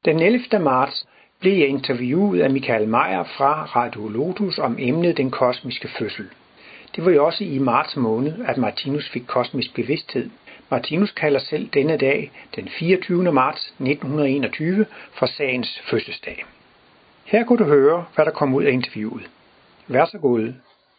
Den 11. marts blev jeg interviewet af Michael Meyer fra Radio Lotus om emnet den kosmiske fødsel. Det var jo også i marts måned, at Martinus fik kosmisk bevidsthed. Martinus kalder selv denne dag, den 24. marts 1921, for sagens fødselsdag. Her kunne du høre, hvad der kom ud af interviewet. Vær så god.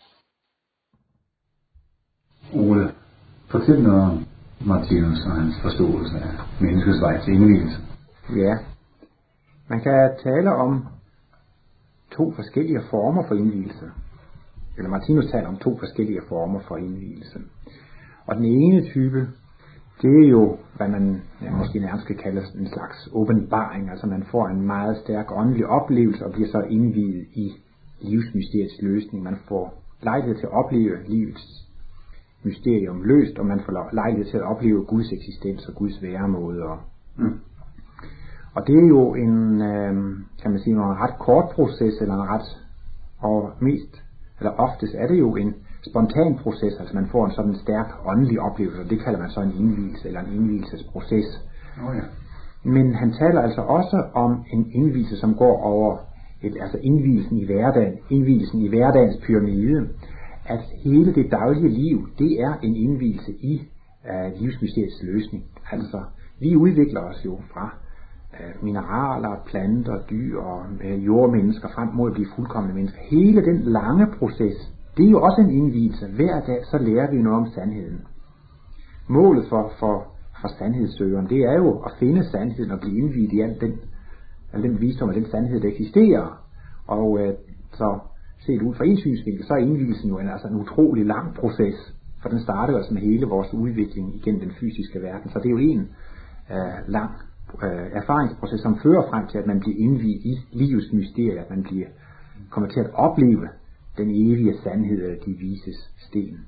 Ole, fortæl noget om Martinus og hans forståelse af menneskets vej til indvielse. Ja, man kan tale om to forskellige former for indvielse. Eller Martinus taler om to forskellige former for indvielse. Og den ene type, det er jo, hvad man måske nærmest skal kalde en slags åbenbaring. Altså man får en meget stærk åndelig oplevelse og bliver så indviet i livsmysteriets løsning. Man får lejlighed til at opleve livets mysterium løst, og man får lejlighed til at opleve Guds eksistens og Guds væremåde. Og det er jo en, kan man sige, en ret kort proces, eller en ret, og oftest er det jo en spontan proces, altså man får en sådan stærk åndelig oplevelse, og det kalder man så en indvielse, eller en indvielsesproces. Ja. Men han taler altså også om en indvielse, som går over altså indvielsen i hverdagens pyramide, at hele det daglige liv, det er en indvielse i livsmysteriets løsning. Altså, vi udvikler os jo fra mineraler, planter, dyr og jordmennesker frem mod at blive fuldkomne mennesker. Hele den lange proces, det er jo også en indvielse. Hver dag så lærer vi noget om sandheden. Målet for sandhedssøgeren, det er jo at finde sandheden og blive indviet i al den visdom og den sandhed, der eksisterer. Og så set ud fra en synsvinkel, så er indvielsen jo en utrolig lang proces. For den starter altså med hele vores udvikling igennem den fysiske verden. Så det er jo en lang erfaringsproces, som fører frem til, at man bliver indviet i livets mysterie, at man kommer til at opleve den evige sandhed af de vises sten.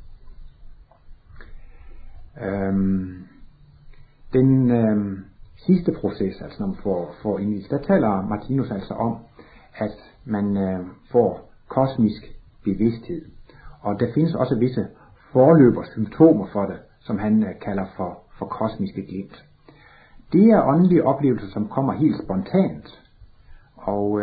Den sidste proces, altså når man får indvielse, der taler Martinus altså om, at man får kosmisk bevidsthed. Og der findes også visse forløbersymptomer for det, som han kalder for kosmiske glimt. Det er åndelige oplevelser, som kommer helt spontant. Og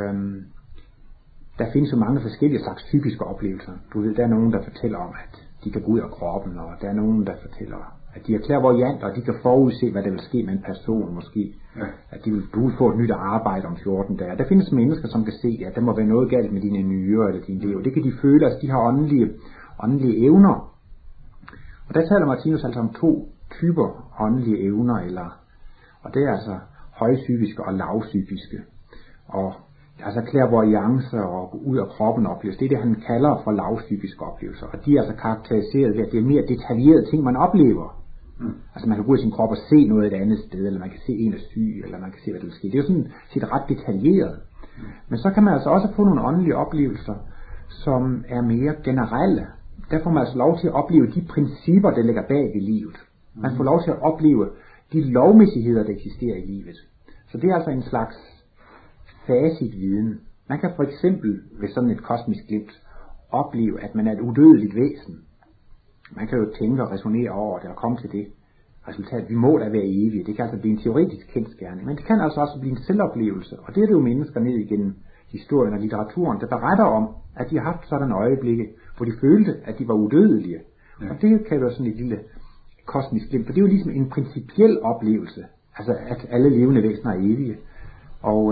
der findes jo mange forskellige slags psykiske oplevelser. Du ved, der er nogen, der fortæller om, at de kan gå ud af kroppen, og der er nogen, der fortæller, at de er clairvoyanter, og de kan forudse, hvad der vil ske med en person måske. Ja. At du vil få et nyt arbejde om 14 dage. Der findes mennesker, som kan se, at der må være noget galt med dine nyrer eller dine lever. Det kan de føle, at de har åndelige evner. Og der taler Martinus altså om to typer åndelige evner, og det er altså højpsykiske og lavpsykiske. Og altså clairvoyance og ud af kroppen oplevelser, det er det, han kalder for lavpsykiske oplevelser. Og de er altså karakteriseret ved, at det er mere detaljerede ting, man oplever. Altså man kan gå i sin krop og se noget et andet sted, eller man kan se en er syg, eller man kan se, hvad der vil ske. Det er jo sådan set ret detaljeret. Men så kan man altså også få nogle åndelige oplevelser, som er mere generelle. Der får man altså lov til at opleve de principper, der ligger bag i livet. Man får lov til at opleve de lovmæssigheder, der eksisterer i livet. Så det er altså en slags facitviden. Man kan for eksempel ved sådan et kosmisk glimt opleve, at man er et udødeligt væsen. Man kan jo tænke og resonere over det og komme til det resultat. Vi må da være evige. Det kan altså blive en teoretisk kendsgerning, men det kan altså også blive en selvoplevelse. Og det er det jo mennesker ned igennem historien og litteraturen, der beretter om, at de har haft sådan øjeblikke, hvor de følte, at de var udødelige. Ja. Og det kan jo sådan et lille kosmisk glimt, for det er jo ligesom en principiel oplevelse, altså at alle levende væsener er evige. Og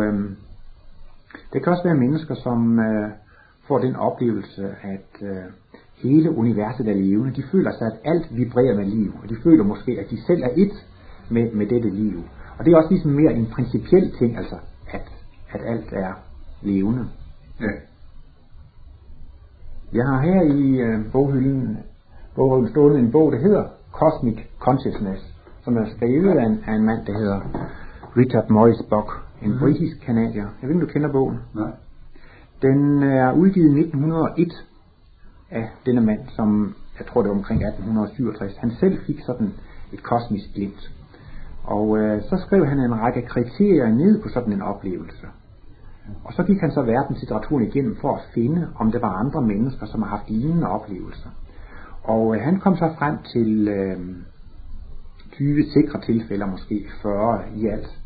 det kan også være mennesker, som får den oplevelse, at hele universet er levende. De føler sig, at alt vibrerer med liv, og de føler måske, at de selv er et med dette liv. Og det er også ligesom mere en principiel ting, altså at alt er levende. Ja. Jeg har her i boghylden stående en bog, der hedder Cosmic Consciousness, som er skrevet af en mand, der hedder Richard Morris Buck, en britisk kanadier. Jeg ved ikke, om du kender bogen? Nej. Den er udgivet i 1901 af denne mand, som jeg tror det var omkring 1867. Han selv fik sådan et kosmisk glimt. Og så skrev han en række kriterier ned på sådan en oplevelse. Og så gik han så verdenslitteraturen igennem for at finde, om der var andre mennesker, som har haft lignende oplevelser. Og han kom så frem til 20 sikre tilfælde, måske 40 i alt,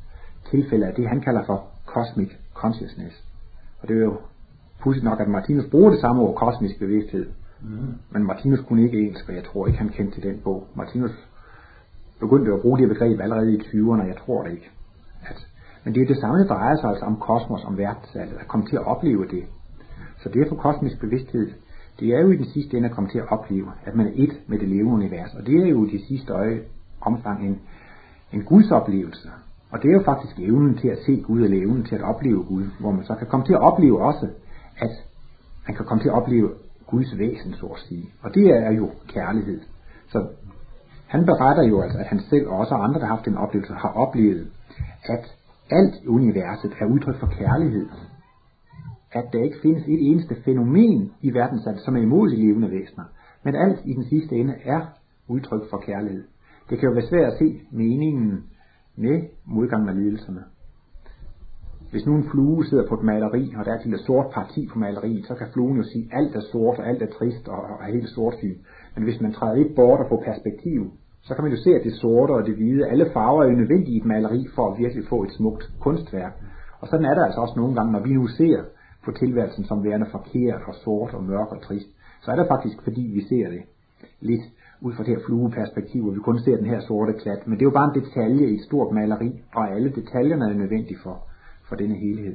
tilfælde af det, han kalder for cosmic consciousness. Og det er jo pudsigt nok, at Martinus bruger det samme ord, kosmisk bevidsthed. Men Martinus kunne ikke engelsk, og jeg tror ikke, han kendte til den bog. Martinus begyndte at bruge det begreb allerede i 20'erne, og jeg tror det ikke. Men det er det samme, det drejer sig altså om kosmos, om verdensaldet, at komme til at opleve det. Så det er for kosmisk bevidsthed, det er jo i den sidste ende at komme til at opleve, at man er et med det levende univers. Og det er jo i det sidste omfang en Guds oplevelse. Og det er jo faktisk evnen til at se Gud, eller evnen til at opleve Gud, hvor man så kan komme til at opleve også, at man kan komme til at opleve Guds væsen, så at sige. Og det er jo kærlighed. Så han beretter jo altså, at han selv og også andre, der har haft en oplevelse, har oplevet, at alt i universet er udtryk for kærlighed. At der ikke findes et eneste fænomen i verdensallet, som er imod de levende væsener. Men alt i den sidste ende er udtryk for kærlighed. Det kan jo være svært at se meningen med modgangen af lidelserne. Hvis nu en flue sidder på et maleri, og der er et lille sort parti på maleriet, så kan fluen jo sige, at alt er sort, og alt er trist, og er helt sortsyn. Men hvis man træder lidt bort og får perspektiv, så kan man jo se, at det sorte og det hvide, alle farver er jo nødvendige i et maleri, for at virkelig få et smukt kunstværk. Og sådan er der altså også nogle gange, når vi nu ser på tilværelsen som værende forkert og sort og mørk og trist, så er det faktisk, fordi vi ser det lidt ud fra det her flueperspektiv, hvor vi kun ser den her sorte klat. Men det er jo bare en detalje i et stort maleri, og alle detaljerne er nødvendige for denne helhed.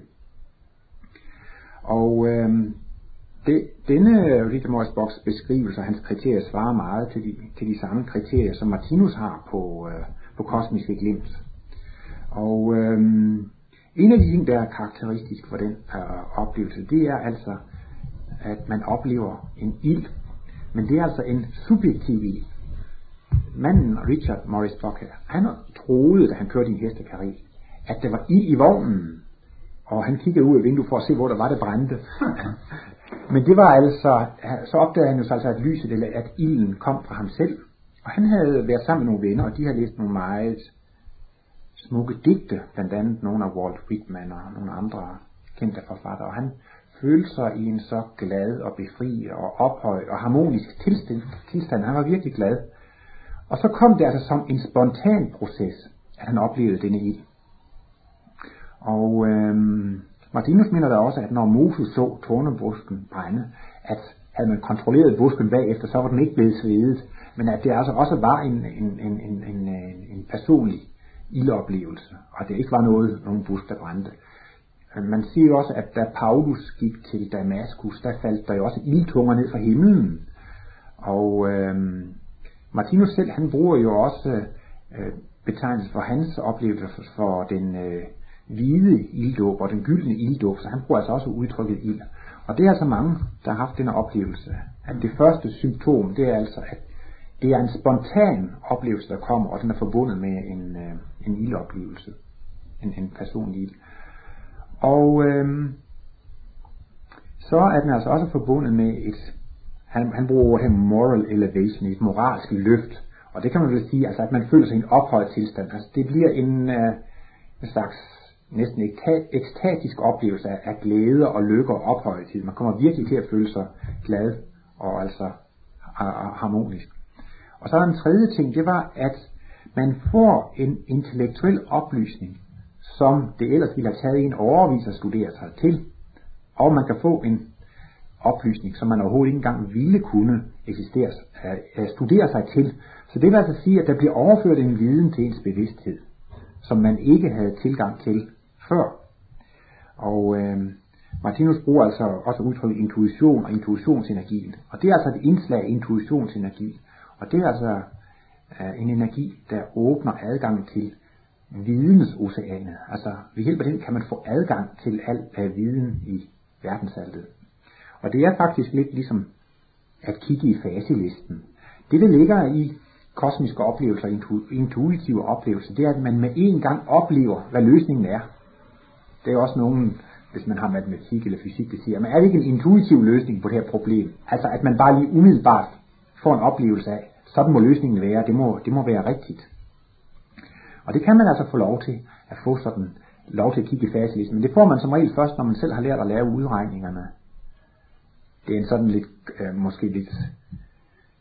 Og denne Richard Morris Bocks beskrivelse og hans kriterier svarer meget til de samme kriterier, som Martinus har på kosmiske glimt. Og en af de ting, der er karakteristisk for den oplevelse, det er altså, at man oplever en ild. Men det er altså en subjektiv ild. Manden, Richard Morris Bock, han troede, da han kørte i en hestekarri, at der var ild i vognen. Og han kiggede ud af vinduet for at se, hvor der var, det brændte. Men det var altså, så opdagede han jo så altså, at lyset, eller at ilden kom fra ham selv. Og han havde været sammen med nogle venner, og de havde læst nogle meget smukke digte, blandt andet nogle af Walt Whitman og nogle andre kendte forfattere. Og han følte sig i en så glad og befriet og ophøjet og harmonisk tilstand. Han var virkelig glad. Og så kom det altså som en spontan proces, at han oplevede denne ild. Og Martinus mener da også, at når Moses så tornebusken brænde, at havde man kontrolleret busken bagefter, så var den ikke blevet svedet, men at det altså også var en personlig ildoplevelse, og det ikke var nogen busk, der brændte. Man siger jo også, at da Paulus gik til Damaskus, der faldt der jo også ildtunger ned fra himlen. Og Martinus selv, han bruger jo også betegnelsen for hans oplevelse for den hvide ilddåb og den gyldne ilddåb, så han bruger altså også udtrykket ild. Og det er altså mange, der har haft denne oplevelse, at det første symptom, det er altså, at det er en spontan oplevelse, der kommer, og den er forbundet med en ildoplevelse, en personlig ild. Og så er den altså også forbundet med han bruger ordet her moral elevation, et moralsk løft, og det kan man vel sige, altså at man føler sig i en ophøjet tilstand. Altså det bliver en slags næsten ekstatisk oplevelse af glæde og lykke og ophøjethed. Man kommer virkelig til at føle sig glad og altså harmonisk. Og så er en tredje ting, det var, at man får en intellektuel oplysning, som det ellers ville have taget en overvis at studere sig til. Og man kan få en oplysning, som man overhovedet ikke engang ville kunne studere sig til. Så det vil altså sige, at der bliver overført en viden til ens bevidsthed, som man ikke havde tilgang til før. Og Martinus bruger altså også udtrykket intuition og intuitionsenergien. Og det er altså et indslag af intuitionsenergi. Og det er altså en energi, der åbner adgang til vidensoceanet. Altså ved hjælp af den kan man få adgang til al af viden i verdensaltet. Og det er faktisk lidt ligesom at kigge i faselisten. Det der ligger i kosmiske oplevelser, intuitive oplevelser, det er, at man med en gang oplever, hvad løsningen er. Det er også nogen, hvis man har matematik eller fysik, der siger, men er det ikke en intuitiv løsning på det her problem? Altså at man bare lige umiddelbart får en oplevelse af, sådan må løsningen være, det må være rigtigt. Og det kan man altså få lov til at få sådan lov til at kigge i faselisten, men det får man som regel først, når man selv har lært at lave udregningerne. Det er en sådan lidt, måske lidt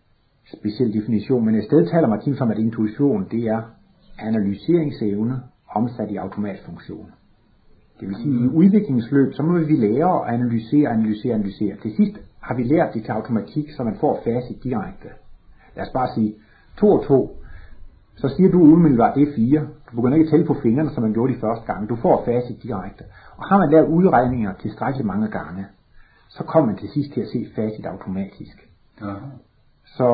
speciel definition, men i stedet taler Martinus om, at intuition, det er analyseringsevne omsat i automatfunktion. Det vil sige, at i udviklingsløb, så må vi lære at analysere. Til sidst har vi lært det til automatik, så man får facit direkte. Lad os bare sige 2 og 2. Så siger du umiddelbart, det er 4. Du begynder ikke at tælle på fingrene, som man gjorde de første gange. Du får facit direkte. Og har man lavet udregninger tilstrækkeligt mange gange, så kommer man til sidst til at se facit automatisk. Ja. Så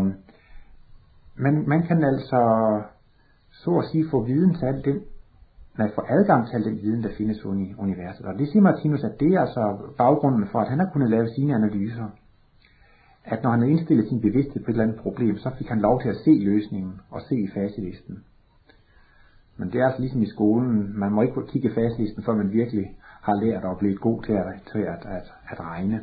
man kan altså så at sige få viden til alt den, få adgang til al den viden, der findes i universet. Og det siger Martinus, at det er altså baggrunden for, at han har kunnet lave sine analyser. At når han havde indstillet sin bevidsthed på et eller andet problem, så fik han lov til at se løsningen og se i faselisten. Men det er altså ligesom i skolen, man må ikke kigge i faselisten, før man virkelig har lært og blevet god til at regne.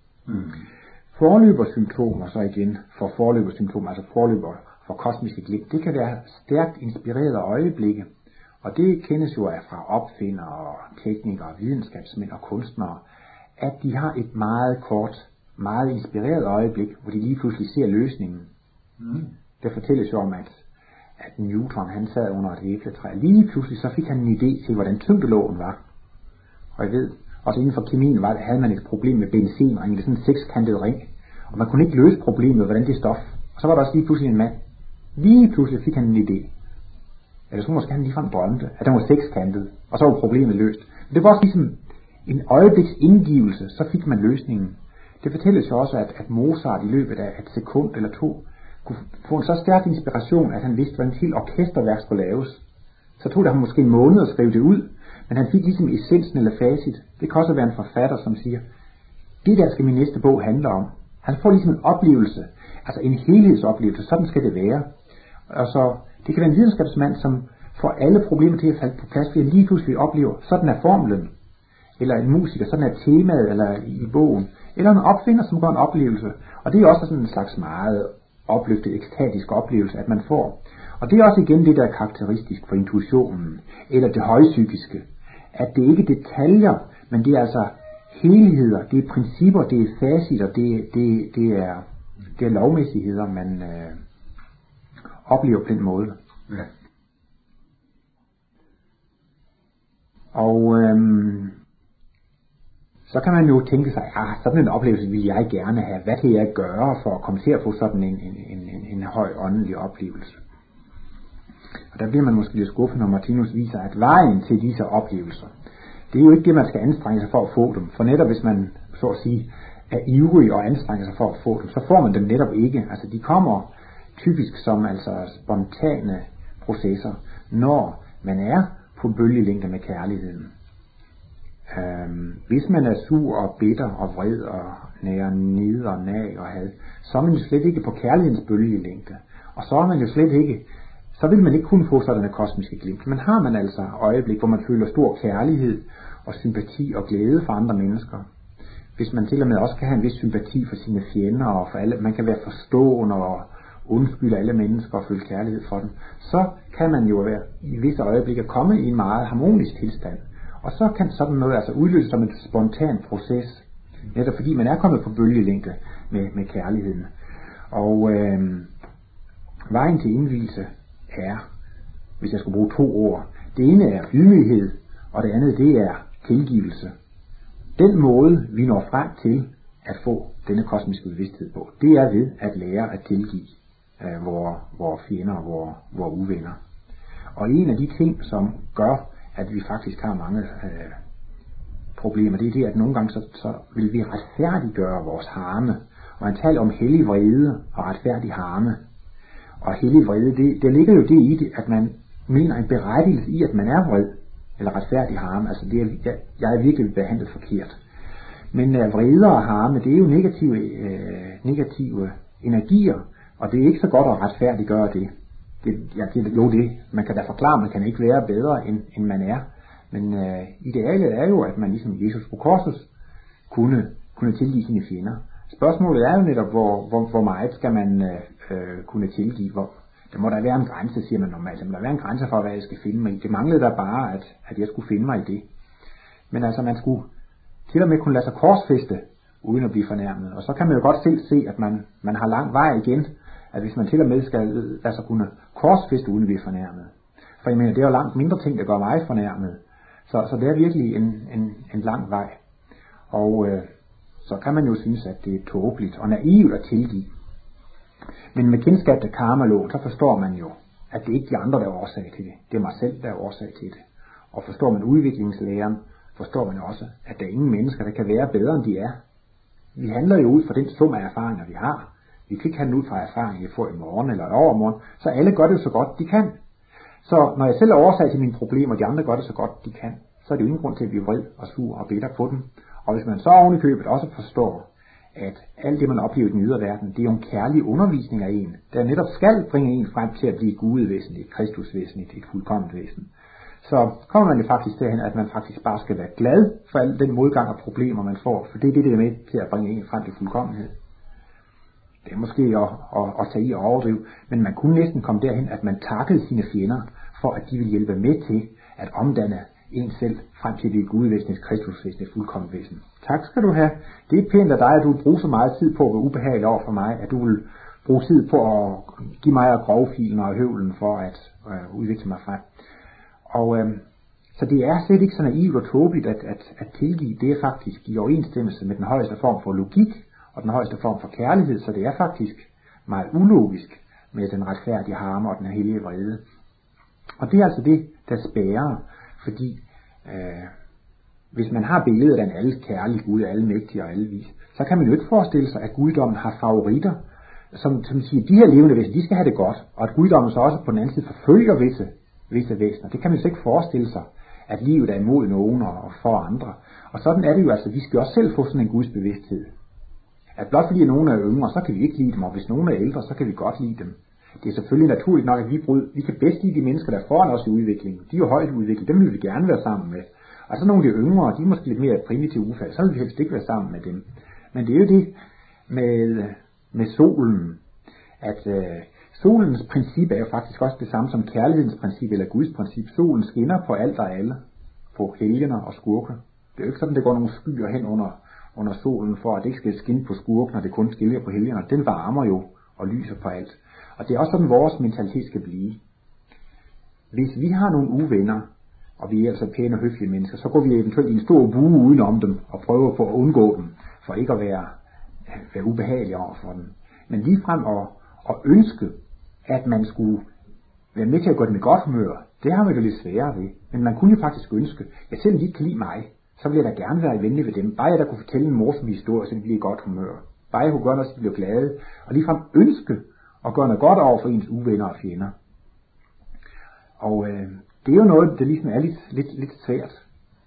Forløbersymptomer så igen, for forløbersymptomer, altså forløber for kosmiske glimt, det kan være stærkt inspirerede øjeblikke. Og det kendes jo fra opfindere og teknikere, videnskabsmænd og kunstnere, at de har et meget kort, meget inspireret øjeblik, hvor de lige pludselig ser løsningen. Det fortælles jo om, at Newton, han sad under et æbletræ. Lige pludselig så fik han en idé til, hvordan tyngdeloven var. Og jeg ved, også inden for kemien havde man et problem med benzenringen, det er sådan en sekskantet ring. Og man kunne ikke løse problemet, hvordan det stof. Og så var der også lige pludselig en mand. Lige pludselig fik han en idé. Eller så måske han ligefrem drømte, at den var sekskantet, og så var problemet løst. Men det var også ligesom en øjebliks indgivelse, så fik man løsningen. Det fortælles jo også, at Mozart i løbet af et sekund eller 2 kunne få en så stærk inspiration, at han vidste, hvordan et helt orkesterværk skulle laves. Så tog det ham måske en måned at skrive det ud, men han fik ligesom essensen eller facit. Det kan også være en forfatter, som siger, det der skal min næste bog handle om. Han får ligesom en oplevelse, altså en helhedsoplevelse, sådan skal det være. Og så det kan være en videnskabsmand, som får alle problemer til at falde på plads, fordi han lige pludselig oplever, sådan er formlen. Eller en musiker, sådan er temaet eller i bogen. Eller en opfinder, som gør en oplevelse. Og det er også sådan en slags meget opløftet, ekstatisk oplevelse, at man får. Og det er også igen det, der er karakteristisk for intuitionen, eller det højpsykiske. At det ikke er detaljer, men det er altså helheder, det er principper, det er facitter, det er lovmæssigheder, man oplever på den måde. Ja. Og så kan man jo tænke sig, sådan en oplevelse vil jeg gerne have. Hvad kan jeg gøre for at komme til at få sådan en høj åndelig oplevelse? Og der bliver man måske lidt skuffet, når Martinus viser, at vejen til disse oplevelser, det er jo ikke det, man skal anstrenge sig for at få dem. For netop hvis man, så at sige, er ivrig og anstrenger sig for at få dem, så får man dem netop ikke. Altså de kommer typisk som altså spontane processer, når man er på bølgelængde med kærligheden. Hvis man er sur og bitter og vred og nærer ned og nag og had, så er man jo slet ikke på kærlighedens bølgelængde. Og så er man jo slet ikke, så vil man ikke kunne få sådan en kosmiske glimt. Men har man altså øjeblik, hvor man føler stor kærlighed og sympati og glæde for andre mennesker, hvis man til og med også kan have en vis sympati for sine fjender og for alle, man kan være forstående og undskylde alle mennesker og føle kærlighed for dem, så kan man jo være i visse øjeblikke komme i en meget harmonisk tilstand. Og så kan sådan noget altså udløse som en spontan proces, netop fordi man er kommet på bølgelængde med kærligheden. Og vejen til indvielse er, hvis jeg skulle bruge 2 ord, det ene er ydmyghed, og det andet det er tilgivelse. Den måde vi når frem til at få denne kosmiske bevidsthed på, det er ved at lære at tilgive vores fjender og vores uvenner. Og en af de ting, som gør, at vi faktisk har mange problemer, det er det, at nogle gange så vil vi retfærdiggøre vores harme. Og man taler om hellig vrede og retfærdig harme. Og hellig vrede, der ligger jo det i det, at man mener en berettigelse i, at man er vred, eller retfærdig harme. Altså det er, jeg er virkelig behandlet forkert. Men vrede og harme, det er jo negative energier, og det er ikke så godt at retfærdiggøre det. Det man kan da forklare, man kan ikke være bedre end man er. Men idealet er jo, at man ligesom Jesus på korset kunne tilgive sine fjender. Spørgsmålet er jo netop, hvor meget skal man kunne tilgive. Der må der være en grænse, siger man normalt. Der må der være en grænse for, hvad jeg skal finde mig i. Det manglede der bare, at jeg skulle finde mig i det. Men altså, man skulle til og med kunne lade sig korsfæste, uden at blive fornærmet. Og så kan man jo godt selv se, at man har lang vej igen, at hvis man til og med skal lade sig kunne korsfæste, uden at blive fornærmet. For jeg mener, det er jo langt mindre ting, der gør mig fornærmet. Så det er virkelig en lang vej. Og så kan man jo synes, at det er tåbeligt og naivt at tilgive. Men med kendskab til karma-loven, så forstår man jo, at det ikke er de andre, der er årsag til det. Det er mig selv, der er årsag til det. Og forstår man udviklingslæren, forstår man også, at der er ingen mennesker, der kan være bedre, end de er. Vi handler jo ud fra den sum af erfaringer, vi har. Vi kan ikke handle ud fra erfaringer, vi får i morgen eller i overmorgen. Så alle gør det så godt, de kan. Så når jeg selv er årsag til mine problemer, og de andre gør det så godt, de kan, så er det jo ingen grund til at blive vred og sur og bitter på dem. Og hvis man så oven i købet også forstår, at alt det, man oplever i den ydre verden, det er jo en kærlig undervisning af en, der netop skal bringe en frem til at blive Gudvæsen, et Kristusvæsen, et fuldkomment væsen. Så kommer man jo faktisk derhen, at man faktisk bare skal være glad for al den modgang og problemer, man får, for det er det, der er med til at bringe en frem til fuldkommenhed. Det er måske at tage i og overdrive, men man kunne næsten komme derhen, at man takkede sine fjender, for at de vil hjælpe med til at omdanne en selv frem til det Gudvæsen, et Kristusvæsen, et fuldkomment væsen. Tak skal du have. Det er pænt af dig, at du vil bruge så meget tid på at være ubehagelig over for mig, at du vil bruge tid på at give mig grovfilen og høvlen for at udvikle mig frem. Og så det er slet ikke så naivt og tåbeligt at tilgive. Det er faktisk i overensstemmelse med den højeste form for logik og den højeste form for kærlighed, så det er faktisk meget ulogisk med den retfærdige harme og den hellige vrede. Og det er altså det, der spærrer, fordi hvis man har billedet af en alle kærlig Gud, alle mægtig og alle vis, så kan man jo ikke forestille sig, at guddommen har favoritter, som siger, de her levende væsener, de skal have det godt, og at guddommen så også på den anden side forfølger visse væsener. Det kan man så ikke forestille sig, at livet er imod nogen og for andre. Og sådan er det jo altså, vi skal også selv få sådan en Guds bevidsthed. At blot fordi nogen er yngre, så kan vi ikke lide dem, og hvis nogen er ældre, så kan vi godt lide dem. Det er selvfølgelig naturligt nok, at vi kan bedst lide de mennesker, der er foran os i udviklingen. De er jo højt udviklet, dem vil vi gerne være sammen med. Og så nogle af de yngre, de er måske lidt mere primitive ufald, så vil vi helst ikke være sammen med dem. Men det er jo det med solen, at solens princip er jo faktisk også det samme som kærlighedens princip eller Guds princip. Solen skinner på alt og alle, på helgener og skurker. Det er jo ikke sådan, det går nogle skyer hen under solen, for at det ikke skal skinne på skurken, og det kun skiller på helgener. Den varmer jo og lyser på alt. Og det er også sådan, vores mentalitet skal blive. Hvis vi har nogle uvenner, og vi er altså pæne og høflige mennesker, så går vi eventuelt i en stor bue udenom dem, og prøver på at undgå dem, for ikke at være ubehagelige over for dem. Men ligefrem at ønske, at man skulle være med til at gå dem i godt humør, det har man jo lidt sværere ved. Men man kunne jo faktisk ønske, at selvom de ikke kan lide mig, så vil jeg da gerne være venlig ved dem. Bare jeg da kunne fortælle en morsom historie, så de bliver i godt humør. Bare jeg kunne gøre noget, så de blev glade. Og ligefrem ønske at gøre noget godt over for ens uvenner og fjender. Og det er jo noget, der ligesom er lidt svært.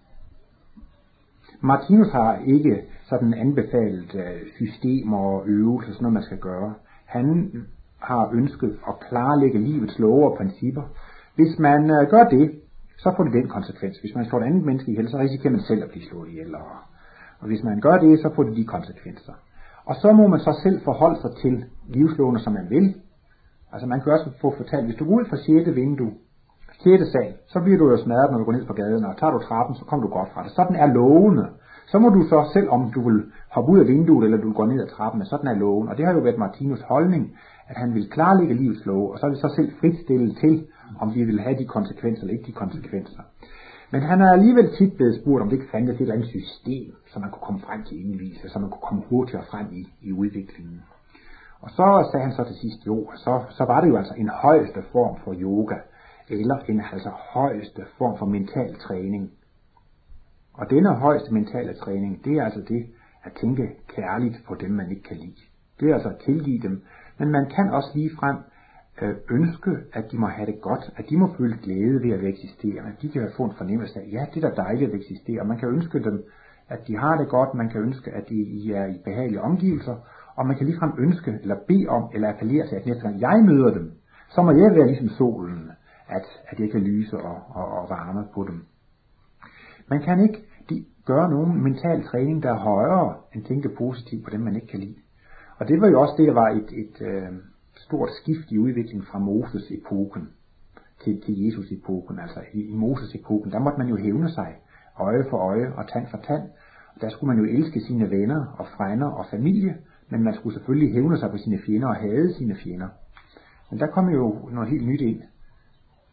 Martinus har ikke sådan anbefalet systemer og øvelser, sådan noget man skal gøre. Han har ønsket at klarlægge livets love og principper. Hvis man gør det, så får det den konsekvens. Hvis man slår et andet menneske ihjel, så risikerer man selv at blive slået ihjel. Og hvis man gør det, så får det de konsekvenser. Og så må man så selv forholde sig til livslovene, som man vil. Altså man kan også få fortalt, hvis du går ud fra 6. vindue, 6. sal, så bliver du jo smadret, når du går ned på gaden, og tager du trappen, så kommer du godt fra det. Sådan er lovene. Så må du så selv, om du vil hoppe ud af vinduet, eller du går ned ad trappen, sådan er loven. Og det har jo været Martinus holdning, at han vil klarlægge livets love, og så er det så selv fritstille til, om de vil have de konsekvenser eller ikke de konsekvenser. Men han har alligevel tit blevet spurgt, om det ikke fandtes et eller andet system, så man kunne komme frem til indvise, så man kunne komme hurtigere frem i udviklingen. Og så sagde han så til sidst, jo, så var det jo altså en højeste form for yoga, eller en altså højeste form for mental træning. Og denne højeste mentale træning, det er altså det at tænke kærligt på dem, man ikke kan lide. Det er altså at tilgive dem, men man kan også ligefrem ønske, at de må have det godt, at de må føle glæde ved at eksistere, at de kan få en fornemmelse af, ja, det er da dejligt at eksistere, og man kan ønske dem, at de har det godt, man kan ønske, at de er i behagelige omgivelser, og man kan ligefrem ønske, eller bede om, eller appellere til, at næste gang jeg møder dem, så må jeg være ligesom solen, at jeg kan lyse og varme på dem. Man kan ikke gøre nogen mental træning, der er højere end tænke positivt på dem, man ikke kan lide. Og det var jo også det, der var et stort skift i udviklingen fra Moses-epoken til Jesus-epoken. Altså i Moses-epoken, der måtte man jo hævne sig øje for øje og tand for tand. Og der skulle man jo elske sine venner og frænder og familie, men man skulle selvfølgelig hævne sig på sine fjender og hade sine fjender. Men der kom jo noget helt nyt ind.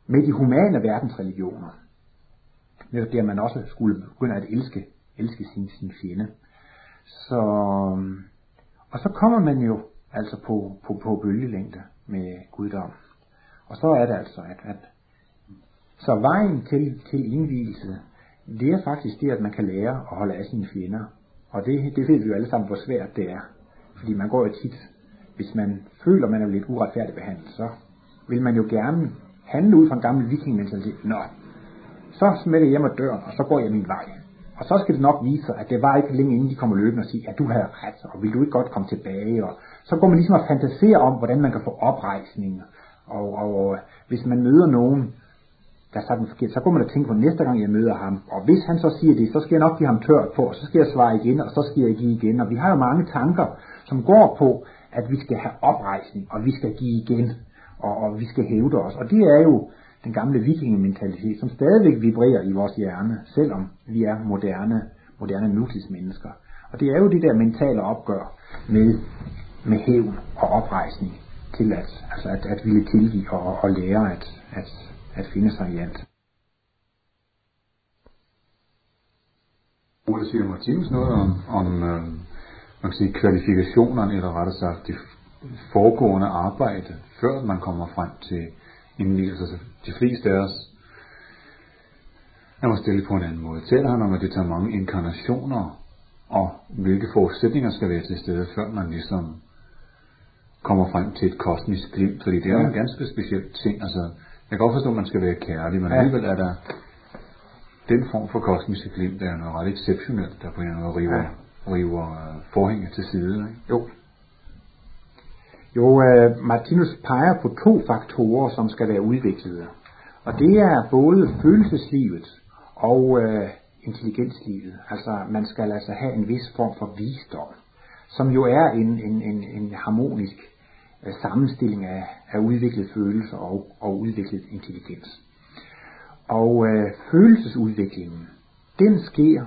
med de humane verdensreligioner, netop det, at man også skulle begynde at elske sin fjende. Og så kommer man jo altså på bølgelængde med guddom. Og så er det altså, så vejen til indvielse, det er faktisk det, at man kan lære at holde af sine fjender. Og det ved vi jo alle sammen, hvor svært det er. Fordi man går jo tit, hvis man føler, man er lidt uretfærdigt behandlet, så vil man jo gerne handle ud fra en gammel vikingmentalitet. Nå, så smækker jeg hjem ad døren, og så går jeg min vej. Og så skal det nok vise sig, at det var ikke længe inden de kommer løbende og siger, at du havde ret, og vil du ikke godt komme tilbage. Og så går man ligesom og fantaserer om, hvordan man kan få oprejsning. Og hvis man møder nogen, der sagt noget forkert, så går man og tænker på næste gang jeg møder ham, og hvis han så siger det, så skal jeg nok give ham tørt på, og så skal jeg svare igen, og så skal jeg give igen, og vi har jo mange tanker, som går på, at vi skal have oprejsning, og vi skal give igen, og vi skal hævde os, og det er jo den gamle vikingementalitet, som stadigvæk vibrerer i vores hjerne, selvom vi er moderne nutidsmennesker, og det er jo det der mentale opgør med hævn og oprejsning, til at ville tilgive og lære at finde sig i alt. Ole, siger Martinus noget om man kan sige, kvalifikationerne, eller rettere sagt det foregående arbejde, før man kommer frem til indvielse. Altså, de fleste af os, jeg må stille på en anden måde, taler han om, at det tager mange inkarnationer, og hvilke forudsætninger skal være til stede, før man ligesom kommer frem til et kosmisk glimt, fordi det er en ganske speciel ting. Altså, jeg kan godt forstå, at man skal være kærlig, men alligevel er der den form for kosmiske glimt, der er noget ret exceptionelt, der på en eller anden måde river forhænget til side. Ikke? Jo, Martinus peger på 2 faktorer, som skal være udviklede. Og det er både følelseslivet og intelligenslivet. Altså, man skal altså have en vis form for visdom, som jo er en harmonisk sammenstilling af udviklet følelser og udviklet intelligens. Og følelsesudviklingen, den sker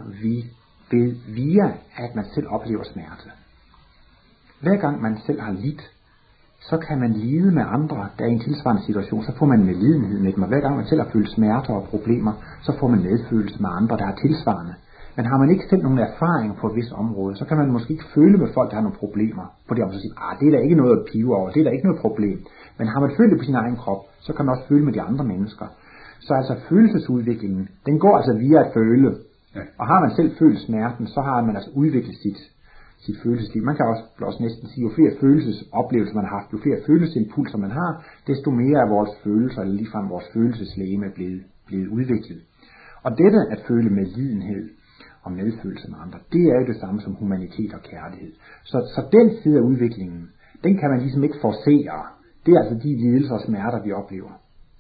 via, at man selv oplever smerte. Hver gang man selv har lidt, så kan man lide med andre, der er i en tilsvarende situation, så får man medlidenhed med dem. Og hver gang man selv har følt smerter og problemer, så får man medfølelse med andre, der er tilsvarende. Men har man ikke selv nogen erfaring på et vis område, så kan man måske ikke føle med folk, der har nogle problemer. På det område, så siger, det er da ikke noget at pive over, det er da ikke noget problem. Men har man følt det på sin egen krop, så kan man også føle med de andre mennesker. Så altså følelsesudviklingen, den går altså via at føle. Ja. Og har man selv følt smerten, så har man altså udviklet sit følelsesliv. Man kan også næsten sige, jo flere følelsesoplevelser man har haft, jo flere følelsesimpulser man har, desto mere er vores følelser, eller ligefrem vores følelseslegeme blevet udviklet. Og dette at føle med lidenhed og medfølelse med andre, det er jo det samme som humanitet og kærlighed. Så den side af udviklingen, den kan man ligesom ikke forcere. Det er altså de lidelser og smerter, vi oplever.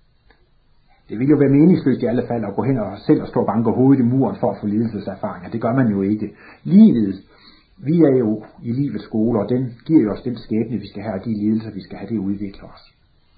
Det vil jo være meningsløst i alle fald at gå hen og selv stå og banke hovedet i muren for at få lidelseserfaringer. Det gør man jo ikke. Livet, vi er jo i livets skole, og den giver jo os den skæbne, vi skal have, og de lidelser, vi skal have, det udvikler os.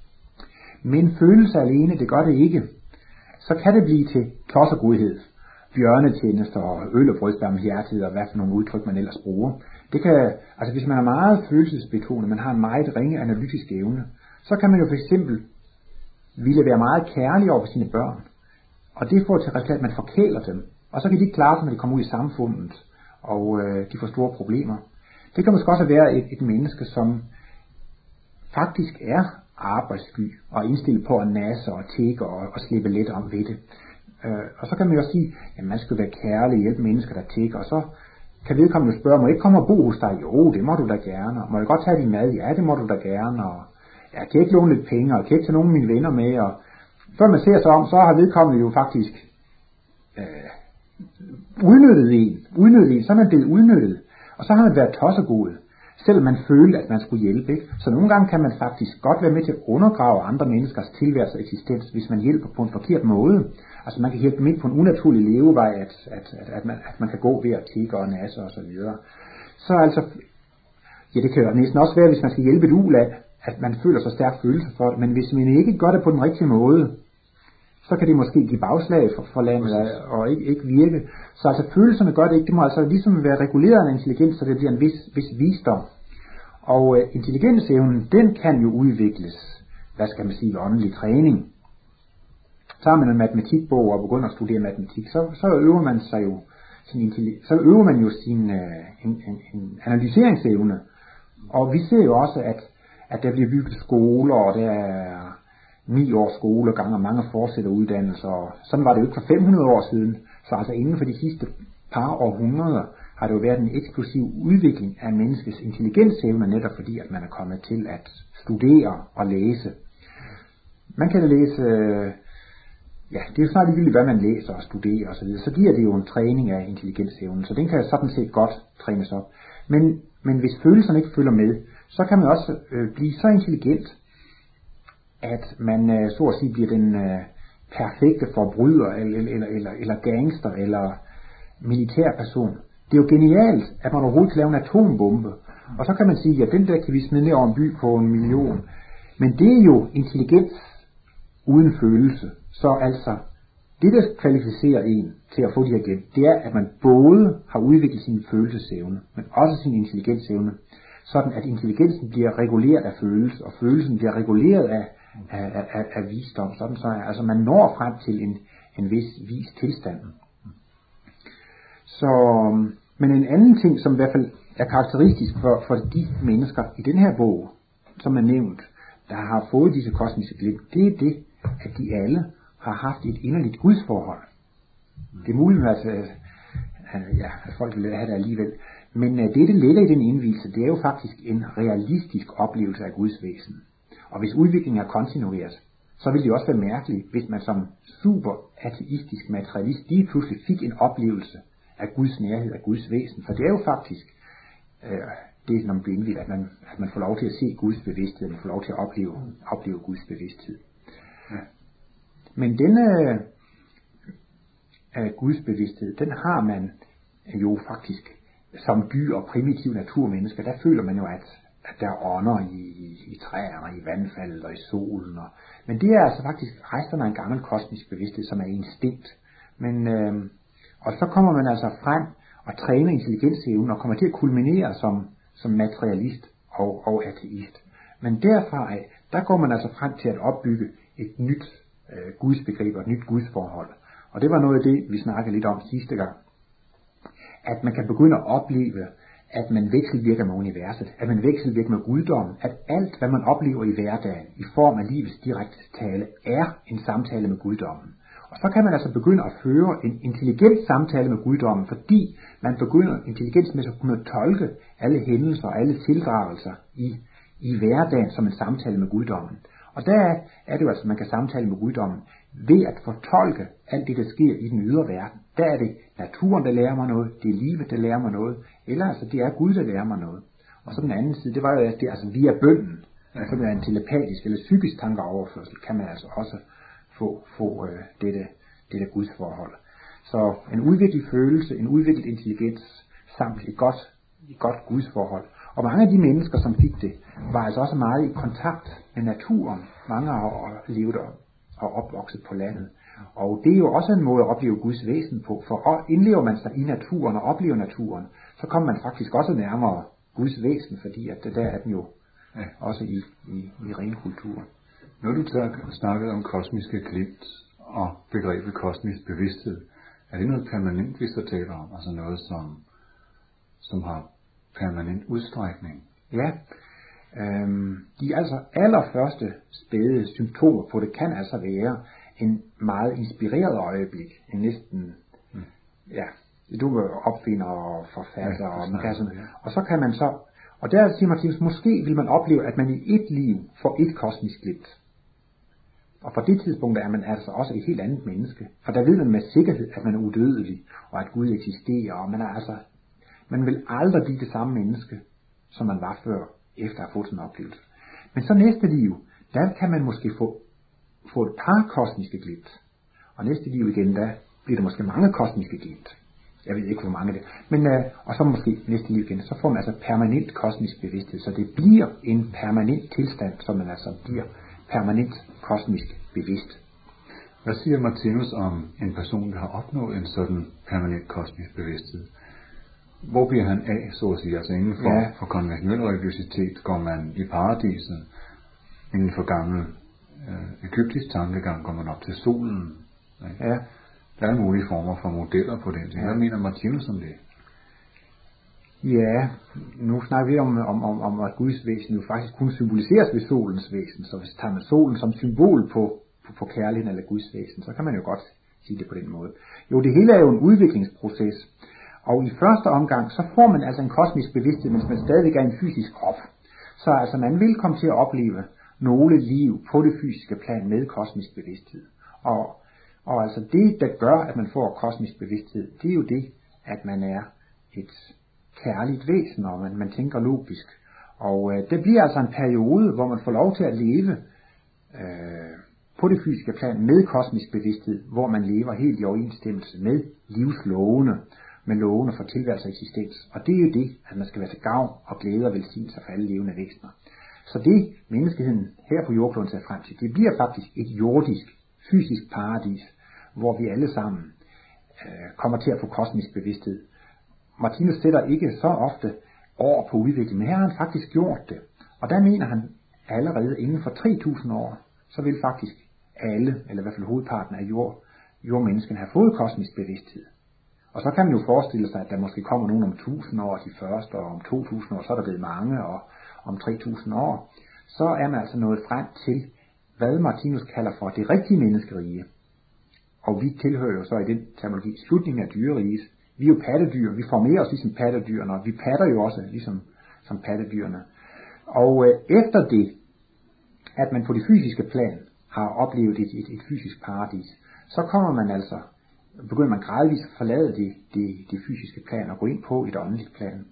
Men følelse alene, det gør det ikke. Så kan det blive til klodsergodhed, bjørnetjenester og øl og brødsbarmhjertighed og hvad for nogle udtryk man ellers bruger. Det kan, altså hvis man er meget følelsesbetonet, man har en meget ringe analytisk evne, så kan man jo for eksempel ville være meget kærlig over sine børn. Og det får til resultat, at man forkæler dem. Og så kan de ikke klare sig, når de kommer ud i samfundet, og de får store problemer. Det kan måske også være et menneske, som faktisk er arbejdssky og indstillet på at nasse og tække og slippe let om ved det. Og så kan man jo sige, at man skal være kærlig, hjælpe mennesker, der tækker, og så kan vedkommende spørge, må jeg ikke komme og bo hos dig? Jo, det må du da gerne. Og må jeg godt tage din mad? Ja, det må du da gerne. Og jeg kan ikke låne lidt penge, og jeg kan ikke tage nogen af mine venner med. Og før man ser sig om, så har vedkommende jo faktisk udnyttet en, så er man blevet udnyttet. Og så har man været tossegod, selvom man følte, at man skulle hjælpe. Ikke? Så nogle gange kan man faktisk godt være med til at undergrave andre menneskers tilværelse og eksistens, hvis man hjælper på en forkert måde. Altså man kan hjælpe dem ind på en unaturlig levevej, at man kan gå ved at tikke og nasse og så videre. Så altså, ja, det kan jo næsten også være, hvis man skal hjælpe et uland, at man føler så stærk følelse for det. Men hvis man ikke gør det på den rigtige måde, så kan det måske give bagslag for landet og ikke virke. Så altså følelserne gør det ikke. Det må altså ligesom være reguleret af intelligens, så det bliver en vis visdom. Og intelligensevnen, den kan jo udvikles, hvad skal man sige, åndelig træning. tager man en matematikbog og begynder at studere matematik, så øver man sig jo så øver man jo sin en analyseringsevne. Og vi ser jo også, at der bliver bygget skoler, og der er 9 års skolegang og mange fortsætter uddannelser. Og sådan var det jo ikke for 500 år siden. Så altså inden for de sidste par århundreder har det jo været en eksplosiv udvikling af menneskets intelligensevne, netop fordi at man er kommet til at studere og læse. Man kan læse, det er jo snart ligegyldigt, hvad man læser og studerer osv., så giver det jo en træning af intelligensevnen, så den kan sådan set godt trænes op. Men hvis følelserne ikke følger med, så kan man også blive så intelligent, at man så at sige bliver den perfekte forbryder, eller gangster, eller militærperson. Det er jo genialt, at man overhovedet kan lave en atombombe, og så kan man sige, at den der kan vi smide ned over en by på 1 million. Men det er jo intelligens uden følelse. Så altså, det der kvalificerer en til at få de her gen, det er, at man både har udviklet sin følelsesevne, men også sin intelligensevne, sådan at intelligensen bliver reguleret af følelse, og følelsen bliver reguleret af visdom, sådan så altså man når frem til en vis tilstand. Så, men en anden ting, som i hvert fald er karakteristisk for de mennesker i den her bog, som er nævnt, der har fået disse kosmiske glimt, det er det, at de alle har haft et inderligt gudsforhold. Det er muligt, at folk vil have det alligevel. Men det ligger i den indvielse, det er jo faktisk en realistisk oplevelse af Guds væsen. Og hvis udviklingen er kontinueret, så vil det også være mærkeligt, hvis man som super ateistisk materialist lige pludselig fik en oplevelse af Guds nærhed, af Guds væsen. For det er jo faktisk det, når man bliver indviet, at man får lov til at se Guds bevidsthed, man får lov til at opleve Guds bevidsthed. Ja. Men denne Guds bevidsthed, den har man jo faktisk som dyr og primitive naturmennesker. Der føler man jo, at der er ånder i træerne, i vandfaldet og i solen. Men det er altså faktisk resterne af en gammel kosmisk bevidsthed, som er instinkt. Men, og så kommer man altså frem og træner intelligensevnen og kommer til at kulminere som materialist og ateist. Men derfra af, der går man altså frem til at opbygge et nyt gudsbegreb og et nyt gudsforhold. Og det var noget af det, vi snakkede lidt om sidste gang. At man kan begynde at opleve, at man vekselvirker med universet, at man vekselvirker med guddommen, at alt, hvad man oplever i hverdagen, i form af livets direkte tale, er en samtale med guddommen. Og så kan man altså begynde at føre en intelligent samtale med guddommen, fordi man begynder intelligensmæssigt at kunne tolke alle hændelser og alle tildragelser i hverdagen som en samtale med guddommen. Og der er det jo altså, at man kan samtale med guddommen ved at fortolke alt det, der sker i den ydre verden. Der er det naturen, der lærer mig noget, det er livet, der lærer mig noget, eller altså det er Gud, der lærer mig noget. Og så den anden side, det var jo, at det altså via bønnen, så med en telepatisk eller psykisk tankeoverførsel, kan man altså også få dette gudsforhold. Så en udviklet følelse, en udviklet intelligens, samt et godt gudsforhold. Og mange af de mennesker, som fik det, var altså også meget i kontakt med naturen. Mange har levet og opvokset på landet. Og det er jo også en måde at opleve Guds væsen på. For indlever man sig i naturen og oplever naturen, så kommer man faktisk også nærmere Guds væsen, fordi at det der er den jo også i ren kultur. Når du snakkede om kosmiske glimt og begrebet kosmisk bevidsthed, er det noget permanent, vi så taler om? Altså noget, som har permanent udstrækning? Ja, de altså allerførste spæde symptomer på det kan altså være en meget inspireret øjeblik, en næsten, du opfinder og forfatter, og man kan sådan, og så kan man så, og der siger Martinus, måske vil man opleve, at man i et liv får et kosmisk glimt. Og på det tidspunkt er man altså også et helt andet menneske, for der ved man med sikkerhed, at man er udødelig, og at Gud eksisterer, og man vil aldrig blive det samme menneske, som man var før, efter at have fået sådan en oplevelse. Men så næste liv, der kan man måske få et par kosmiske glimt. Og næste liv igen, der bliver der måske mange kosmiske glimt. Jeg ved ikke, hvor mange det er. Men, og så måske næste liv igen, så får man altså permanent kosmisk bevidsthed. Så det bliver en permanent tilstand, som man altså bliver permanent kosmisk bevidst. Hvad siger Martinus om en person, der har opnået en sådan permanent kosmisk bevidsthed? Hvor bliver han af, så at sige? Altså inden for konventionel religiøsitet går man i paradiset. Inden for gammel egyptisk tankegang går man op til solen. Ikke? Ja. Der er mulige former for modeller på den. Hvad mener Martinus om det? Ja, nu snakker vi om at Guds væsen jo faktisk kun symboliseres ved solens væsen. Så hvis tager man solen som symbol på kærligheden eller Guds væsen, så kan man jo godt sige det på den måde. Jo, det hele er jo en udviklingsproces. Og i første omgang, så får man altså en kosmisk bevidsthed, mens man stadig er en fysisk krop. Så altså man vil komme til at opleve nogle liv på det fysiske plan med kosmisk bevidsthed. Og altså det, der gør, at man får kosmisk bevidsthed, det er jo det, at man er et kærligt væsen, og man tænker logisk. Og det bliver altså en periode, hvor man får lov til at leve på det fysiske plan med kosmisk bevidsthed, hvor man lever helt i overensstemmelse med livslovene, med lovene for tilværelse og eksistens. Og det er jo det, at man skal være til gavn og glæde og velsignelse for alle levende væsener. Så det, menneskeheden her på jordkloden ser frem til, det bliver faktisk et jordisk, fysisk paradis, hvor vi alle sammen kommer til at få kosmisk bevidsthed. Martinus sætter ikke så ofte år på udvikling, men her har han faktisk gjort det. Og der mener han allerede inden for 3000 år, så vil faktisk alle, eller i hvert fald hovedparten af jordmenneskene, have fået kosmisk bevidsthed. Og så kan man jo forestille sig, at der måske kommer nogen om 1000 år, de første, og om 2000 år, så er der blevet mange, og om 3000 år, så er man altså nået frem til, hvad Martinus kalder for det rigtige menneskerige. Og vi tilhører jo så i den terminologi slutningen af dyreriget. Vi er jo pattedyr, vi formerer os ligesom pattedyrene, og vi patter jo også ligesom som pattedyrene. Og efter det, at man på det fysiske plan har oplevet et fysisk paradis, så begynder man gradvist at forlade det fysiske plan og gå ind på et åndeligt plan.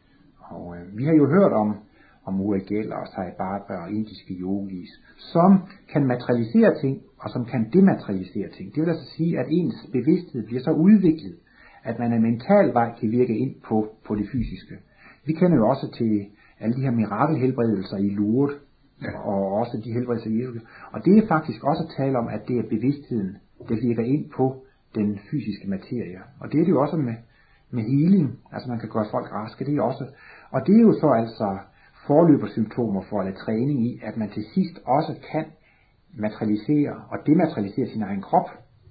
Og vi har jo hørt om Uri Geller og Sai Baba og indiske yogis, som kan materialisere ting, og som kan dematerialisere ting. Det vil altså sige, at ens bevidsthed bliver så udviklet, at man af mental vej kan virke ind på det fysiske. Vi kender jo også til alle de her mirakelhelbredelser i Lourdes, og også de helbredelser i Jesus. Og det er faktisk også at tale om, at det er bevidstheden, der virker ind på den fysiske materie. Og det er det jo også med healing, altså man kan gøre folk raske, det er også. Og det er jo så altså forløbersymptomer for eller træning i, at man til sidst også kan materialisere og dematerialisere sin egen krop.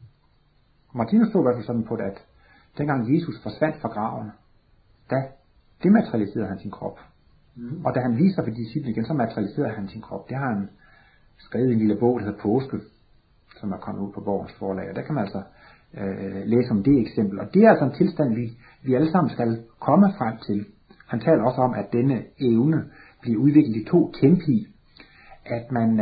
Martinus stod i hvert fald sådan på det, at dengang Jesus forsvandt fra graven, da dematerialiserede han sin krop. Og da han viste sig for disciplene igen, så materialiserede han sin krop. Det har han skrevet i en lille bog, der hedder Påske, som er kommet ud på Borgens Forlag. Og der kan man altså læse om det eksempel. Og det er altså en tilstand, vi alle sammen skal komme frem til. Han taler også om, at denne evne bliver udviklet i 2 tempi. At man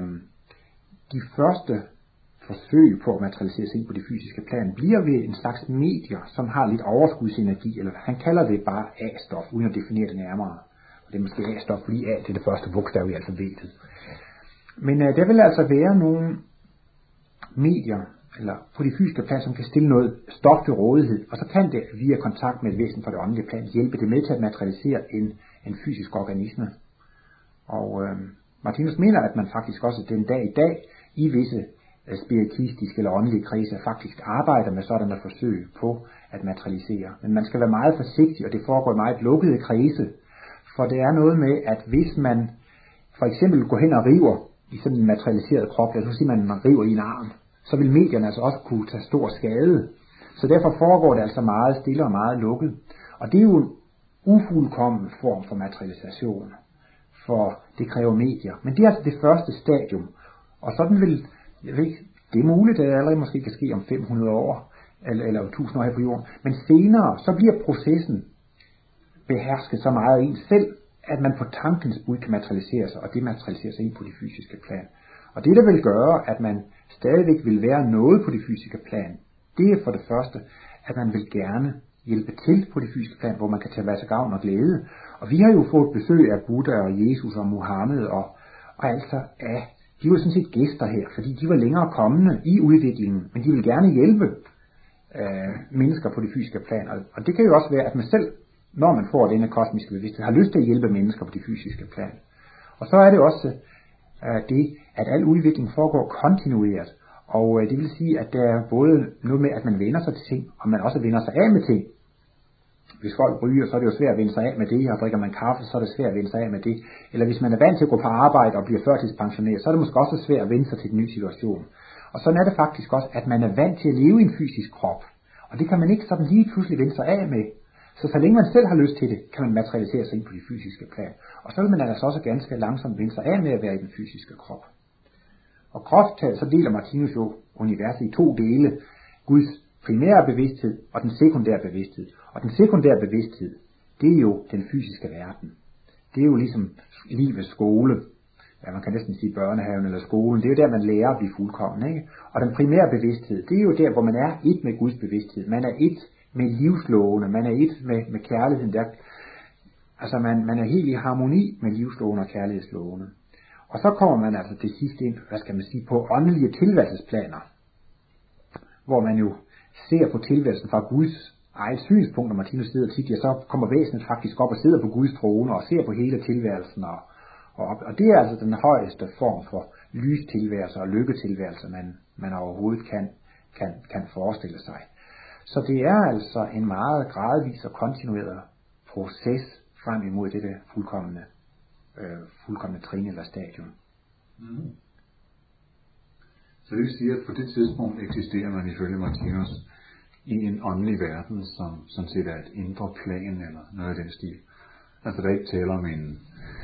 de første forsøg på at materialisere sig ind på det fysiske plan bliver ved en slags medier, som har lidt overskudsenergi, eller han kalder det bare A-stof, uden at definere det nærmere. Og det er måske A-stof, fordi A det er det første bogstav i alfabetet. Men der vil altså være nogle medier, eller på det fysiske plan, som kan stille noget stof til rådighed, og så kan det via kontakt med et væsen fra det åndelige plan hjælpe det med til at materialisere en fysisk organisme. Og Martinus mener, at man faktisk også den dag i dag i visse spiritistiske eller åndelige kredse faktisk arbejder med sådanne forsøg på at materialisere. Men man skal være meget forsigtig, og det foregår i meget lukkede kredse, for det er noget med, at hvis man for eksempel går hen og river i sådan en materialiseret krop, lad os sige, man river i en arm, så vil medierne altså også kunne tage stor skade. Så derfor foregår det altså meget stille og meget lukket. Og det er jo en ufuldkommen form for materialisation, for det kræver medier. Men det er altså det første stadium. Og sådan vil, jeg ved ikke, det er muligt, at det allerede måske kan ske om 500 år, eller 1000 år her på jorden. Men senere, så bliver processen behersket så meget af en selv, at man på tankens bud kan materialisere sig, og dematerialisere sig ind på det fysiske plan. Og det, der vil gøre, at man stadigvæk vil være noget på det fysiske plan, det er for det første, at man vil gerne hjælpe til på det fysiske plan, hvor man kan tage til gavn og glæde. Og vi har jo fået besøg af Buddha og Jesus og Muhammed, og altså de var sådan set gæster her, fordi de var længere kommende i udviklingen, men de vil gerne hjælpe mennesker på det fysiske plan. Og det kan jo også være, at man selv, når man får denne kosmiske bevidsthed, har lyst til at hjælpe mennesker på det fysiske plan. Og så er det også det, at al udvikling foregår kontinueret. Og det vil sige, at der er både noget med, at man vender sig til ting, og man også vender sig af med ting. Hvis folk ryger, så er det jo svært at vende sig af med det, og drikker man kaffe, så er det svært at vende sig af med det. Eller hvis man er vant til at gå på arbejde og bliver førtidspensioneret, så er det måske også svært at vende sig til en ny situation. Og sådan er det faktisk også, at man er vant til at leve i en fysisk krop. Og det kan man ikke sådan lige pludselig vende sig af med. Så længe man selv har lyst til det, kan man materialisere sig ind på de fysiske plan. Og så vil man altså også ganske langsomt vende sig af med at være i den fysiske krop. Og groft talt, så deler Martinus jo universet i to dele. Guds primære bevidsthed og den sekundære bevidsthed. Og den sekundære bevidsthed, det er jo den fysiske verden. Det er jo ligesom livets skole. Ja, man kan næsten sige børnehaven eller skolen. Det er jo der, man lærer at blive fuldkommen, ikke? Og den primære bevidsthed, det er jo der, hvor man er et med Guds bevidsthed. Man er et med livslovene. Man er et med kærligheden. Altså man er helt i harmoni med livslovene og kærlighedslovene. Og så kommer man altså til sidst ind, hvad skal man sige, på åndelige tilværelsesplaner. Hvor man jo ser på tilværelsen fra Guds eget synspunkt, når Martinus sidder tit, ja, så kommer væsenet faktisk op og sidder på Guds trone og ser på hele tilværelsen. Og det er altså den højeste form for lystilværelse og lykketilværelse, man overhovedet kan forestille sig. Så det er altså en meget gradvis og kontinueret proces frem imod dette fuldkommende trin eller stadium. Mm. Så det vil sige, at på det tidspunkt eksisterer man ifølge Martinus i en åndelig verden, som sådan set er et indre plan eller noget af den stil. Altså der er ikke tale om en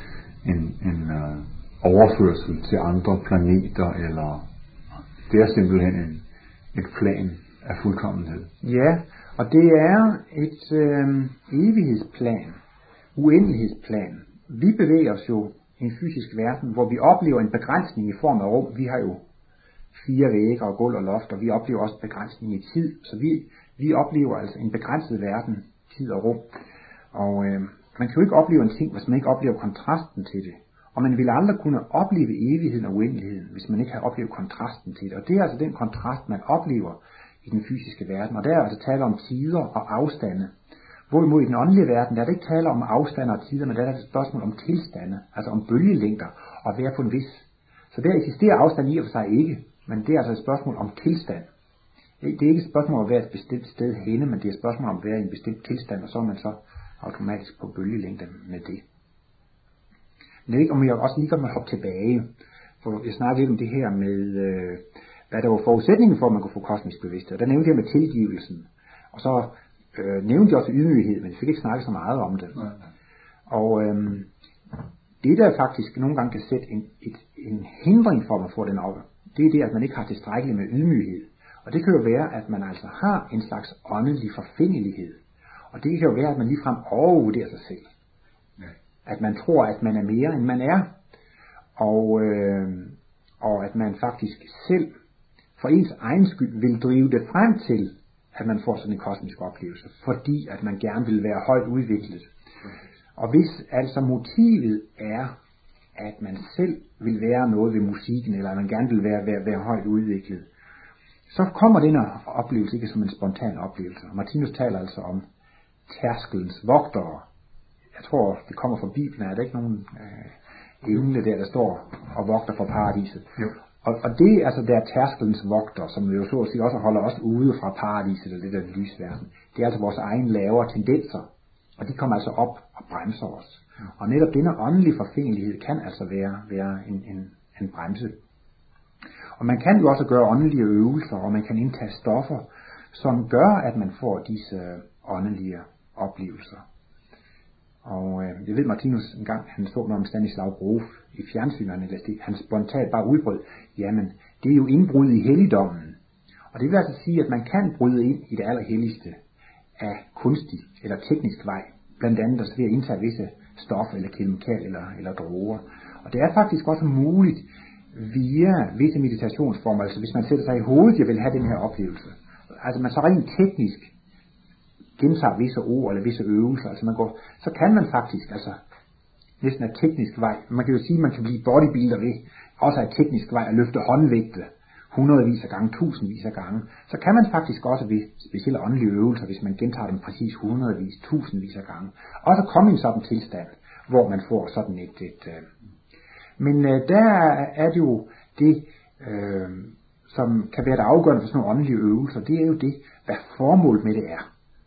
overførsel til andre planeter, eller det er simpelthen et plan af fuldkommenhed. Ja, og det er et evighedsplan, uendelighedsplan. Vi bevæger os jo i en fysisk verden, hvor vi oplever en begrænsning i form af rum. Vi har jo 4 vægge og gulv og loft, og vi oplever også begrænsning i tid. Så vi oplever altså en begrænset verden, tid og rum. Og man kan jo ikke opleve en ting, hvis man ikke oplever kontrasten til det. Og man vil aldrig kunne opleve evigheden og uendeligheden, hvis man ikke har oplevet kontrasten til det. Og det er altså den kontrast, man oplever i den fysiske verden. Og der er altså tale om tider og afstande. Hvorimod i den åndelige verden, der er det ikke tale om afstande og tider, men der er det et spørgsmål om tilstande, altså om bølgelængder og være på en vis. Så der eksisterer afstand i og for sig ikke, men det er altså et spørgsmål om tilstand. Det er ikke et spørgsmål om at være et bestemt sted henne, men det er et spørgsmål om at være i en bestemt tilstand, og så er man så automatisk på bølgelængde med det. Men jeg ved ikke, om jeg også lige godt må hoppe tilbage, for jeg snakkede lidt om det her med, hvad der var forudsætningen for, at man kunne få kosmisk bevidsthed. Der nævnte jeg med tilgivelsen, og så nævnte jeg også ydmyghed, men jeg fik ikke snakket så meget om det. Nej. Og det der faktisk nogle gange kan sætte en hindring for, at man får den op, det er det, at man ikke har tilstrækkeligt med ydmyghed. Og det kan jo være, at man altså har en slags åndelig forfængelighed. Og det kan jo være, at man ligefrem overvurderer sig selv. Ja. At man tror, at man er mere, end man er. Og at man faktisk selv for ens egen skyld vil drive det frem til, at man får sådan en kosmisk oplevelse. Fordi at man gerne vil være højt udviklet. Okay. Og hvis altså motivet er, at man selv vil være noget ved musikken, eller at man gerne vil være højt udviklet, så kommer den oplevelse ikke som en spontan oplevelse. Og Martinus taler altså om tærskelens vogtere. Jeg tror, det kommer fra Bibelen. Er der ikke nogen engle der står og vogter for paradiset? Jo. Og det er altså der tærskelens vogter, som jo så at sige også holder os ude fra paradiset eller det der lysverden. Det er altså vores egen lavere tendenser. Og de kommer altså op og bremser os. Og netop denne åndelige forfængelighed kan altså være en bremse. Og man kan jo også gøre åndelige øvelser, og man kan indtage stoffer, som gør, at man får disse åndelige oplevelser. Og jeg ved, Martinus en gang, han så noget om Stanislav Grof i fjernsynet, han spontant bare udbrød, jamen, det er jo indbrud i helligdommen. Og det vil altså sige, at man kan bryde ind i det allerhelligste af kunstig eller teknisk vej, blandt andet også ved at indtage visse stoffer eller kemikal eller droger. Og det er faktisk også muligt via visse meditationsformer, altså hvis man sætter sig i hovedet, jeg vil have den her oplevelse. Altså man så rent teknisk gentager visse ord eller visse øvelser, altså så kan man faktisk, altså næsten af teknisk vej, man kan jo sige, at man kan blive bodybuilder ved, også af teknisk vej at løfte håndvægte, hundredvis af gange, tusindvis af gange, så kan man faktisk også ved specielle åndelige øvelser, hvis man gentager dem præcis hundredvis, tusindvis af gange, også komme i en sådan tilstand, hvor man får sådan men der er det jo det, som kan være det afgørende for sådan nogle åndelige øvelser, det er jo det, hvad formålet med det er.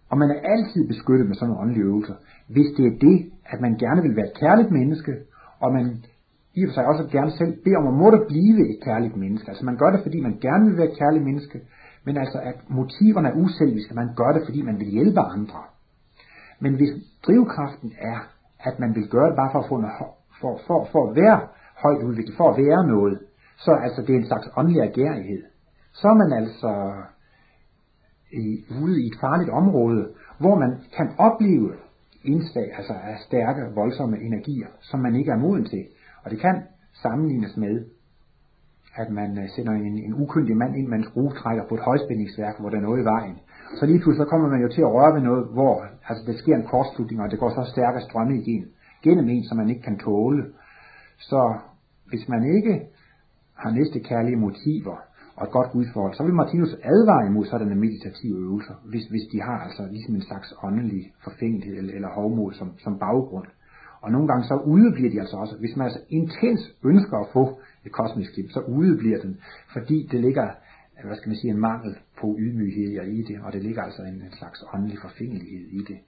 Og man er altid beskyttet med sådan nogle åndelige øvelser, hvis det er det, at man gerne vil være et kærligt menneske, og man i og for sig også gerne selv beder om at måtte blive et kærligt menneske. Altså man gør det, fordi man gerne vil være et kærligt menneske, men altså at motiverne er uselviske, man gør det, fordi man vil hjælpe andre. Men hvis drivkraften er, at man vil gøre det bare for at få for at være højt udviklet, for at være noget, så altså det er en slags åndelig agerighed. Så er man altså ude i et farligt område, hvor man kan opleve indslag altså af stærke, voldsomme energier, som man ikke er moden til. Og det kan sammenlignes med, at man sender en ukyndig mand ind med en skruetrækker på et højspændingsværk, hvor der er noget i vejen. Så lige pludselig så kommer man jo til at røre ved noget, hvor altså, der sker en kortslutning, og det går så stærke strømme gennem en, som man ikke kan tåle. Så hvis man ikke har næstekærlige motiver og et godt gudsforhold, så vil Martinus advare imod sådanne meditative øvelser, hvis de har altså ligesom en slags åndelig forfængelighed eller hovmod som baggrund. Og nogle gange så udebliver de altså også. Hvis man altså intens ønsker at få et kosmisk liv, så udebliver den, fordi det ligger, en mangel på ydmyghed i det, og det ligger altså en slags åndelig forfængelighed i det.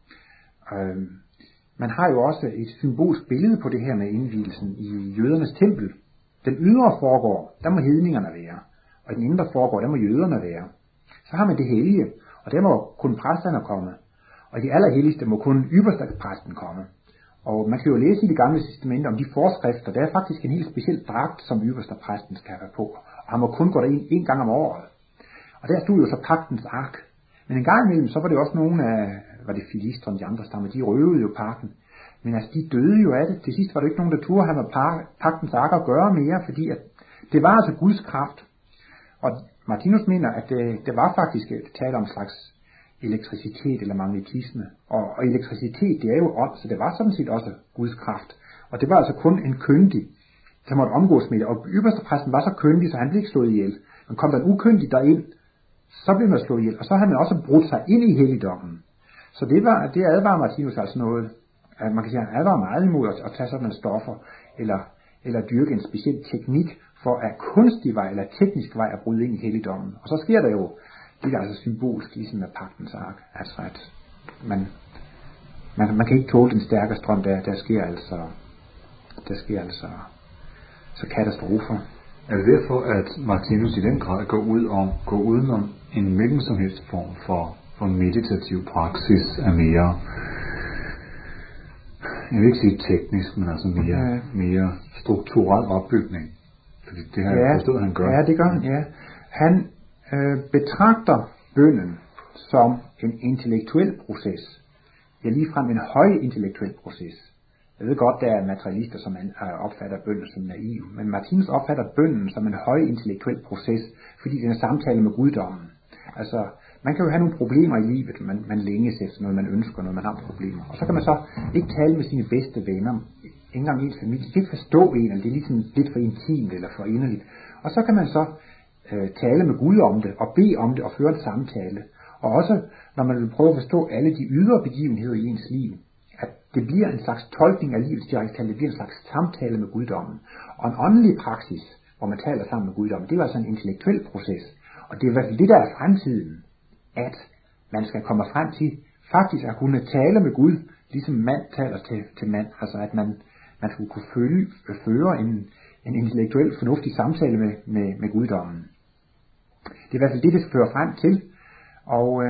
Man har jo også et symbolsk billede på det her med indvielsen i jødernes tempel. Den ydre foregår, der må hedningerne være, og den indre foregår, der må jøderne være. Så har man det hellige, og der må kun præsterne komme, og i det allerhelligste må kun ypperste præsten komme. Og man kan jo læse i Det Gamle Testamente om de forskrifter. Der er faktisk en helt speciel dragt, som ypperste præsten skal have på. Og han må kun gå derind en gang om året. Og der stod jo så pagtens ark. Men en gang imellem, så var det også nogle af, var det filisterne, de andre stammer, de røvede jo pakken. Men altså, de døde jo af det. Til sidst var det ikke nogen, der turde have med pagtens ark at gøre mere, fordi at det var altså Guds kraft. Og Martinus mener, at det var faktisk tale om en slags elektricitet eller magnetisme. Og elektricitet, det er jo ånd, så det var sådan set også Guds kraft. Og det var altså kun en kyndig, der måtte omgås med det. Og ypperstepræsten var så kyndig, så han blev ikke slået ihjel. Men kom der en ukyndig derind, så blev man slået ihjel. Og så havde man også brudt sig ind i helligdommen. Så det advarer Martinus altså noget. At man kan sige, at han advarer meget imod at tage sådan nogle stoffer, eller dyrke en speciel teknik for at kunstig vej eller teknisk vej at bryde ind i helligdommen. Og så sker der jo det er altså symbolsk, ligesom med pagtens ark, altså at man kan ikke tåle den stærke strøm, der sker altså så katastrofer. Er det derfor, at Martinus i den grad går udenom en hvilken som helst form for meditativ praksis af mere, jeg vil ikke sige teknisk, men altså mere strukturel opbygning? Fordi det har jeg forstået, at han gør. Ja, det gør han, ja. Han betragter bønnen som en intellektuel proces. Ja, ligefrem en højintellektuel proces. Jeg ved godt, der er materialister, som opfatter bønnen som naiv, men Martinus opfatter bønnen som en højintellektuel proces, fordi det er en samtale med guddommen. Altså, man kan jo have nogle problemer i livet, man længes efter noget, man ønsker noget, man har problemer. Og så kan man så ikke tale med sine bedste venner, ikke engang ens familie, de kan ikke forstå en, eller det er ligesom lidt for intimt eller for inderligt. Og så kan man så tale med Gud om det, og bede om det, og føre en samtale. Og også, når man vil prøve at forstå alle de ydre begivenheder i ens liv, at det bliver en slags tolkning af livets direkte, det bliver en slags samtale med guddommen. Og en åndelig praksis, hvor man taler sammen med guddommen, det er altså en intellektuel proces. Og det er i hvert fald det, der er fremtiden, at man skal komme frem til faktisk at kunne tale med Gud, ligesom mand taler til mand. Altså at man skulle kunne føre en intellektuel, fornuftig samtale med guddommen. Det er i hvert fald det fører frem til. Og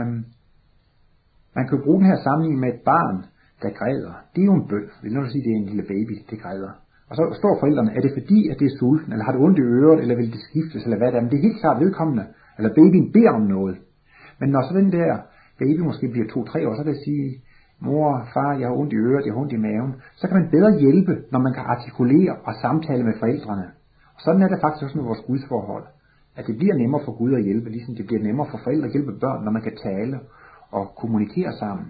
man kan jo bruge den her sammenligning med et barn, der græder. Det er jo en bøn. Vil du sige, det er en lille baby, det græder. Og så står forældrene, er det fordi, at det er sulten, eller har det ondt i øret, eller vil det skiftes, eller hvad det er. Men det er helt klart vedkommende, eller babyen beder om noget. Men når så den der baby måske bliver 2-3 år, så kan jeg sige, mor, far, jeg har ondt i øret, jeg har ondt i maven. Så kan man bedre hjælpe, når man kan artikulere og samtale med forældrene. Og sådan er det faktisk også med vores gudsforhold. At det bliver nemmere for Gud at hjælpe, ligesom det bliver nemmere for forældre at hjælpe børn, når man kan tale og kommunikere sammen.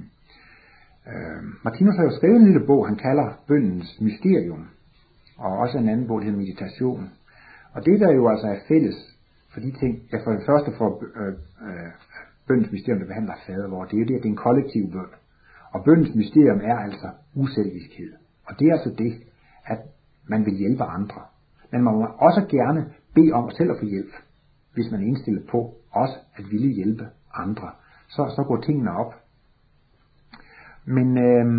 Martinus har jo skrevet en lille bog, han kalder Bønnens Mysterium, og også en anden bog, der hedder Meditation. Og det der jo altså er fælles for de ting, for det første for bønnens mysterium, der behandler fader, hvor det er jo det, at det er en kollektiv bøn. Og bønnens mysterium er altså uselviskhed. Og det er altså det, at man vil hjælpe andre. Men man må også gerne bede om selv at få hjælp, hvis man er indstillet på også at ville hjælpe andre. Så går tingene op. Men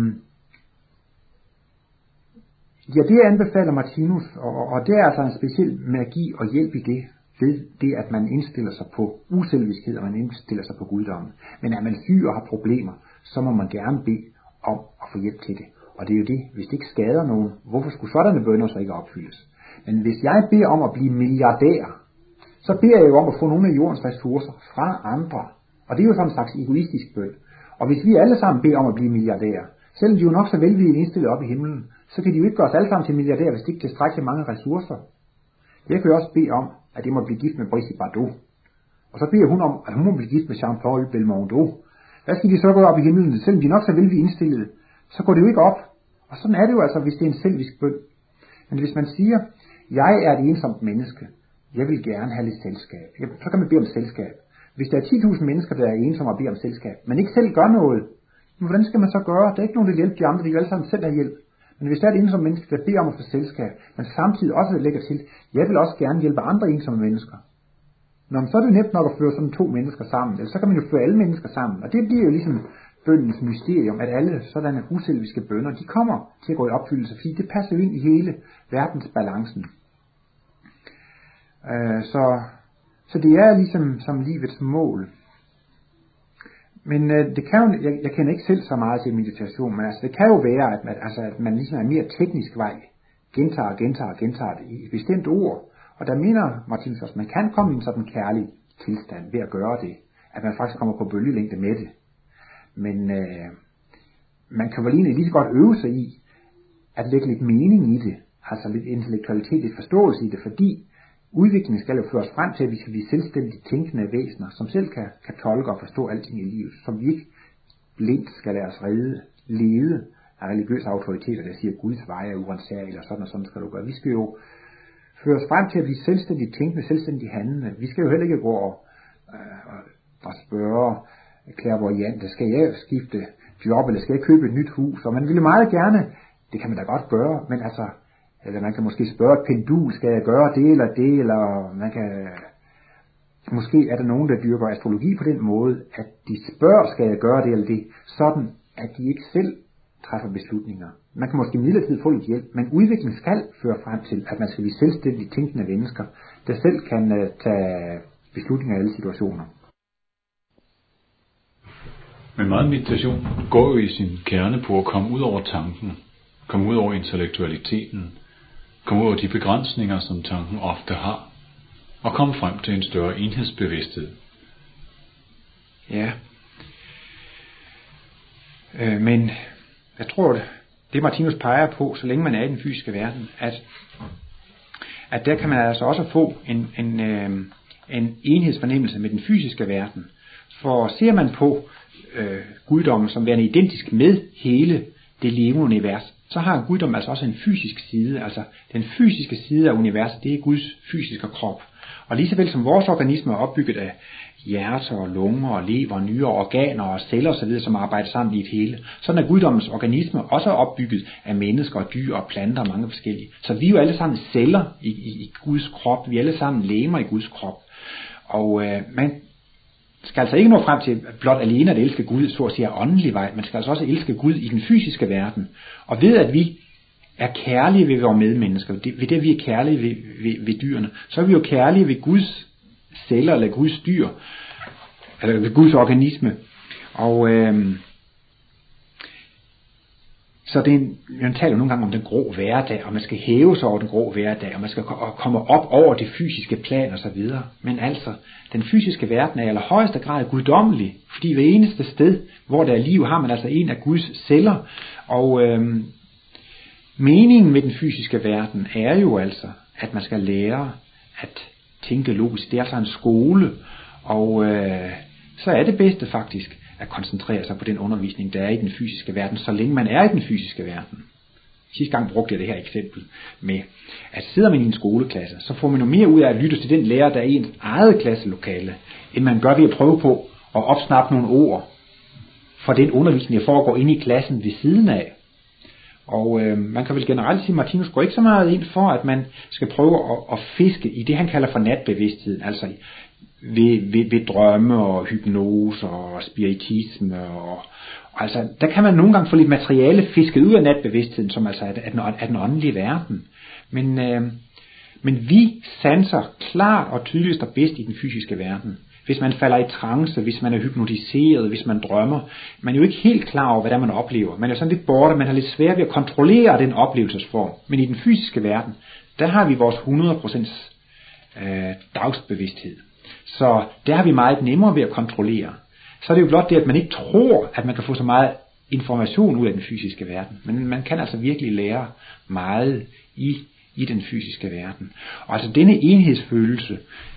det anbefaler Martinus, og det er altså en speciel magi og hjælp i det, ved det, at man indstiller sig på uselviskhed, og man indstiller sig på guddommen. Men er man syg og har problemer, så må man gerne bede om at få hjælp til det. Og det er jo det, hvis det ikke skader nogen, hvorfor skulle sådanne bønner så ikke opfyldes? Men hvis jeg beder om at blive milliardær, så beder jeg jo om at få nogle af jordens ressourcer fra andre. Og det er jo sådan en slags egoistisk bøn. Og hvis vi alle sammen beder om at blive milliardærer, selvom de jo nok så velvilligt indstillet op i himlen, så kan de jo ikke gøre os alle sammen til milliardærer, hvis de ikke tilstrækkeligt mange ressourcer. Jeg kan jo også bede om, at jeg må blive gift med Brigitte Bardot. Og så beder hun om, at hun må blive gift med Jean-Paul Belmondo. Hvad skal de så gå op i himlen? Selvom de nok så velvilligt indstillet, så går det jo ikke op. Og sådan er det jo altså, hvis det er en selvisk bøn. Men hvis man siger, jeg er et ensomt menneske, jeg vil gerne have lidt selskab, så kan man bede om selskab. Hvis der er 10.000 mennesker, der er ensomme og beder om selskab, men ikke selv gør noget, hvordan skal man så gøre? Der er ikke nogen, der hjælper de andre, de vil alle sammen selv have hjælp. Men hvis der er et ensomt menneske, der beder om at få selskab, men samtidig også lægger til, jeg vil også gerne hjælpe andre ensomme mennesker. Så er det nemt nok at føre sådan 2 mennesker sammen, eller så kan man jo føre alle mennesker sammen. Og det bliver jo ligesom bønnens mysterium, at alle sådanne uselviske bønner, de kommer til at gå i opfyldelse, fordi det passer jo ind i hele verdensbalancen. Så det er ligesom som livets mål. Men det kan jo, jeg kender ikke selv så meget til meditation, men altså det kan jo være, at man ligesom er mere teknisk vej, gentager det i et bestemt ord. Og der mener Martinus også, at man kan komme i en sådan kærlig tilstand ved at gøre det, at man faktisk kommer på bølgelængde med det. Men man kan vel egentlig lige så godt øve sig i at lægge lidt mening i det, altså lidt intellektualitet, lidt forståelse i det, fordi udviklingen skal jo føre os frem til, at vi skal blive selvstændigt tænkende væsener, som selv kan tolke og forstå alting i livet, som vi ikke blindt skal lade os lede af religiøse autoriteter, der siger, Guds veje er urensagelige, eller sådan og sådan skal du gøre. Vi skal jo føre os frem til at blive selvstændigt tænkende, selvstændigt handlende. Vi skal jo heller ikke gå og spørge clairvoyante, skal jeg skifte job, eller skal jeg købe et nyt hus? Og man vil meget gerne, det kan man da godt gøre, men altså, eller man kan måske spørge et pendul, skal jeg gøre det eller det, eller man kan, måske er der nogen, der dyrker astrologi på den måde, at de spørger, skal jeg gøre det eller det, sådan at de ikke selv træffer beslutninger. Man kan måske midlertidigt få lidt hjælp, men udviklingen skal føre frem til, at man skal blive selvstændigt tænkende mennesker, der selv kan tage beslutninger i alle situationer. Men meget meditation går jo i sin kerne på at komme ud over tanken, komme ud over intellektualiteten, komme ud over de begrænsninger, som tanken ofte har, og komme frem til en større enhedsbevidsthed. Ja. Men jeg tror, det Martinus peger på, så længe man er i den fysiske verden, at der kan man altså også få en enhedsfornemmelse med den fysiske verden. For ser man på guddommen som værende identisk med hele det levende univers, så har guddommen altså også en fysisk side. Altså den fysiske side af universet, det er Guds fysiske krop. Og lige så vel som vores organisme er opbygget af hjerter og lunger og lever, nyrer, organer og celler osv., som arbejder sammen i et hele, sådan er guddommens organisme også opbygget af mennesker og dyr og planter og mange forskellige. Så vi er jo alle sammen celler i Guds krop. Vi er alle sammen legemer i Guds krop. Og man skal altså ikke nå frem til blot alene at elske Gud, så at sige, af åndelig vej. Man skal altså også elske Gud i den fysiske verden. Og ved at vi er kærlige ved vores medmennesker, ved det vi er kærlige ved dyrene, så er vi jo kærlige ved Guds celler eller Guds dyr, eller ved Guds organisme. Og så man taler nogle gange om den grå hverdag, og man skal hæve sig over den grå hverdag, og man skal komme op over det fysiske plan og så videre. Men altså, den fysiske verden er i allerhøjeste grad guddommelig, fordi hver eneste sted, hvor der er liv, har man altså en af Guds celler. Og meningen med den fysiske verden er jo altså, at man skal lære at tænke logisk. Det er altså en skole, og så er det bedste faktisk at koncentrere sig på den undervisning, der er i den fysiske verden, så længe man er i den fysiske verden. Sidste gang brugte jeg det her eksempel med, at sidder man i en skoleklasse, så får man jo mere ud af at lytte til den lærer, der er i ens eget klasselokale, end man gør ved at prøve på at opsnappe nogle ord for den undervisning, der foregår inde i klassen ved siden af. Og man kan vel generelt sige, at Martinus går ikke så meget ind for, at man skal prøve at fiske i det, han kalder for natbevidstheden, altså ved drømme og hypnose og spiritisme. Og altså, der kan man nogle gange få lidt materiale fisket ud af natbevidstheden, som altså er den åndelige verden. Men vi sanser klart og tydeligst og bedst i den fysiske verden. Hvis man falder i trance, hvis man er hypnotiseret, hvis man drømmer, man er jo ikke helt klar over, hvad det er, man oplever. Man er sådan lidt borte, man har lidt svært ved at kontrollere den oplevelsesform. Men i den fysiske verden, der har vi vores 100% dagsbevidsthed. Så der har vi meget nemmere ved at kontrollere. Så er det jo blot det, at man ikke tror, at man kan få så meget information ud af den fysiske verden. Men man kan altså virkelig lære meget i den fysiske verden. Og altså denne enhedsfølelse,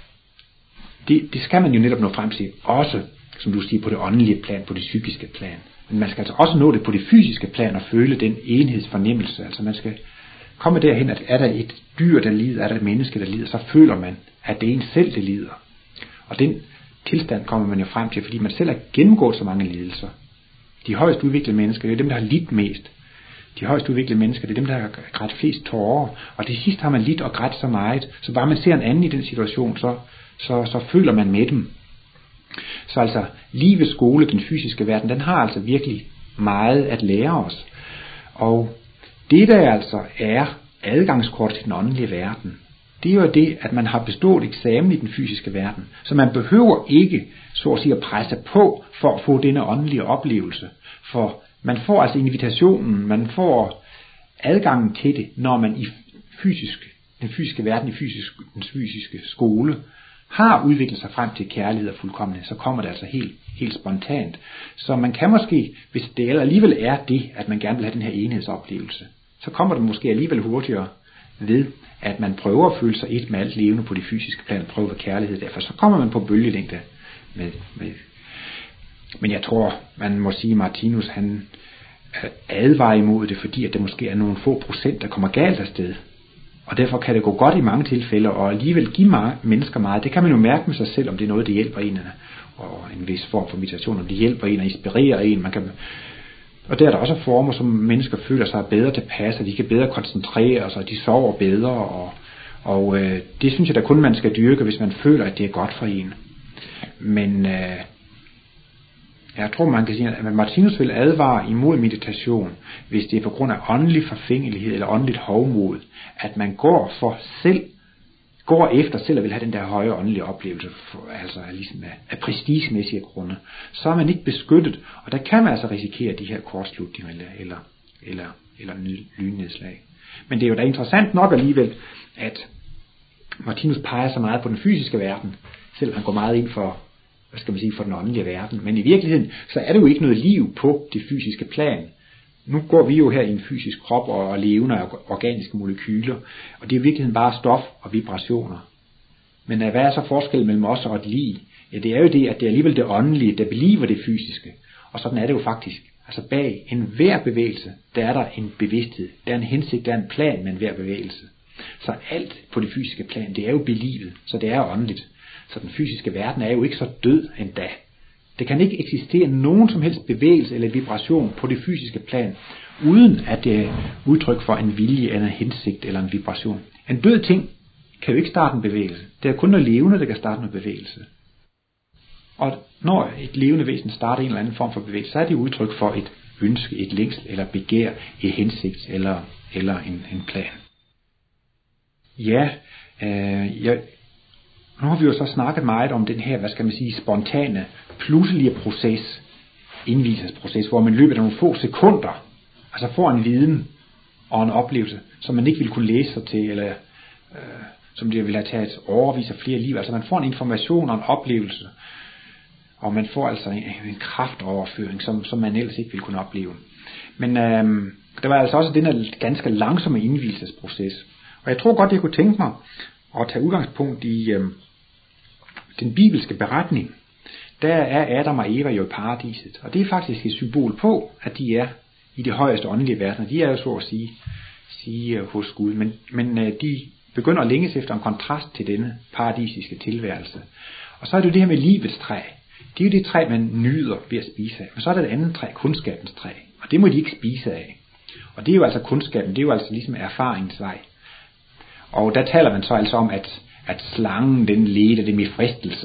det skal man jo netop nå frem til, også, som du siger, på det åndelige plan, på det psykiske plan. Men man skal altså også nå det på det fysiske plan og føle den enhedsfornemmelse. Altså man skal komme derhen, at er der et dyr, der lider, er der et menneske, der lider, så føler man, at det er en selv, der lider. Og den tilstand kommer man jo frem til, fordi man selv har gennemgået så mange lidelser. De højst udviklede mennesker, det er dem, der har lidt mest. De højst udviklede mennesker, det er dem, der har grædt flest tårer. Og det sidste har man lidt og grædt så meget, så bare man ser en anden i den situation, så føler man med dem. Så altså, livets skole, den fysiske verden, den har altså virkelig meget at lære os. Og det der altså er adgangskort til den åndelige verden, det er jo det, at man har bestået eksamen i den fysiske verden. Så man behøver ikke, så at sige, at presse på for at få denne åndelige oplevelse. For man får altså invitationen, man får adgangen til det, når man i den fysiske verden, den fysiske skole, har udviklet sig frem til kærlighed og fuldkommenhed, så kommer det altså helt spontant. Så man kan måske, hvis det alligevel er det, at man gerne vil have den her enhedsoplevelse, så kommer det måske alligevel hurtigere ved, at man prøver at føle sig et med alt levende på det fysiske plan, og prøve hvad kærlighed derfor, så kommer man på bølgelængde med. Men jeg tror, man må sige, at Martinus, han advarer imod det, fordi at det måske er nogle få procent, der kommer galt afsted. Og derfor kan det gå godt i mange tilfælde, og alligevel give mange mennesker meget. Det kan man jo mærke med sig selv, om det er noget, der hjælper en, og en vis form for meditation, om det hjælper en og inspirerer en. Og der er der også former, som mennesker føler sig bedre tilpas, og de kan bedre koncentrere sig, og de sover bedre, og det synes jeg da kun, man skal dyrke, hvis man føler, at det er godt for en. Men jeg tror, man kan sige, at Martinus vil advare imod meditation, hvis det er på grund af åndelig forfængelighed eller åndeligt hovmod, at man går efter selv at vil have den der høje åndelige oplevelse, altså ligesom af prestigemæssige grunde. Så er man ikke beskyttet, og der kan man altså risikere de her kortslutninger eller lynnedslag. Men det er jo da interessant nok alligevel, at Martinus peger så meget på den fysiske verden, selvom han går meget ind for, for den åndelige verden. Men i virkeligheden, så er det jo ikke noget liv på det fysiske plan. Nu går vi jo her i en fysisk krop og levende organiske molekyler, og det er i virkeligheden bare stof og vibrationer. Men hvad er så forskellen mellem os og et lig? Ja, det er jo det, at det er alligevel det åndelige, der beliver det fysiske. Og sådan er det jo faktisk. Altså bag enhver bevægelse, der er der en bevidsthed. Der er en hensigt, der er en plan med enhver bevægelse. Så alt på det fysiske plan, det er jo belivet, så det er åndeligt. Så den fysiske verden er jo ikke så død endda. Det kan ikke eksistere nogen som helst bevægelse eller vibration på det fysiske plan, uden at det er udtryk for en vilje eller en hensigt eller en vibration. En død ting kan jo ikke starte en bevægelse. Det er kun noget levende, der kan starte en bevægelse. Og når et levende væsen starter en eller anden form for bevægelse, så er det udtryk for et ønske, et længsel eller begær, et hensigt eller en plan. Ja, nu har vi jo så snakket meget om den her, spontane, pludselige proces, indvielsesproces, hvor man i løbet af nogle få sekunder, altså får en viden og en oplevelse, som man ikke ville kunne læse sig til, eller som det ville have taget overvis af flere liv. Altså man får en information og en oplevelse, og man får altså en kraftoverføring, som man ellers ikke ville kunne opleve. Men der var altså også den her ganske langsomme indvielsesproces. Og jeg tror godt, jeg kunne tænke mig at tage udgangspunkt i den bibelske beretning. Der er Adam og Eva jo i paradiset. Og det er faktisk et symbol på, at de er i det højeste åndelige verden. De er jo så at sige hos Gud. Men de begynder at længes efter en kontrast til denne paradisiske tilværelse. Og så er det jo det her med livets træ. Det er jo det træ, man nyder ved at spise af. Men så er der et andet træ, kundskabens træ. Og det må de ikke spise af. Og det er jo altså kundskaben, det er jo altså ligesom erfaringens vej. Og der taler man så altså om, at slangen den leder dem i fristelse.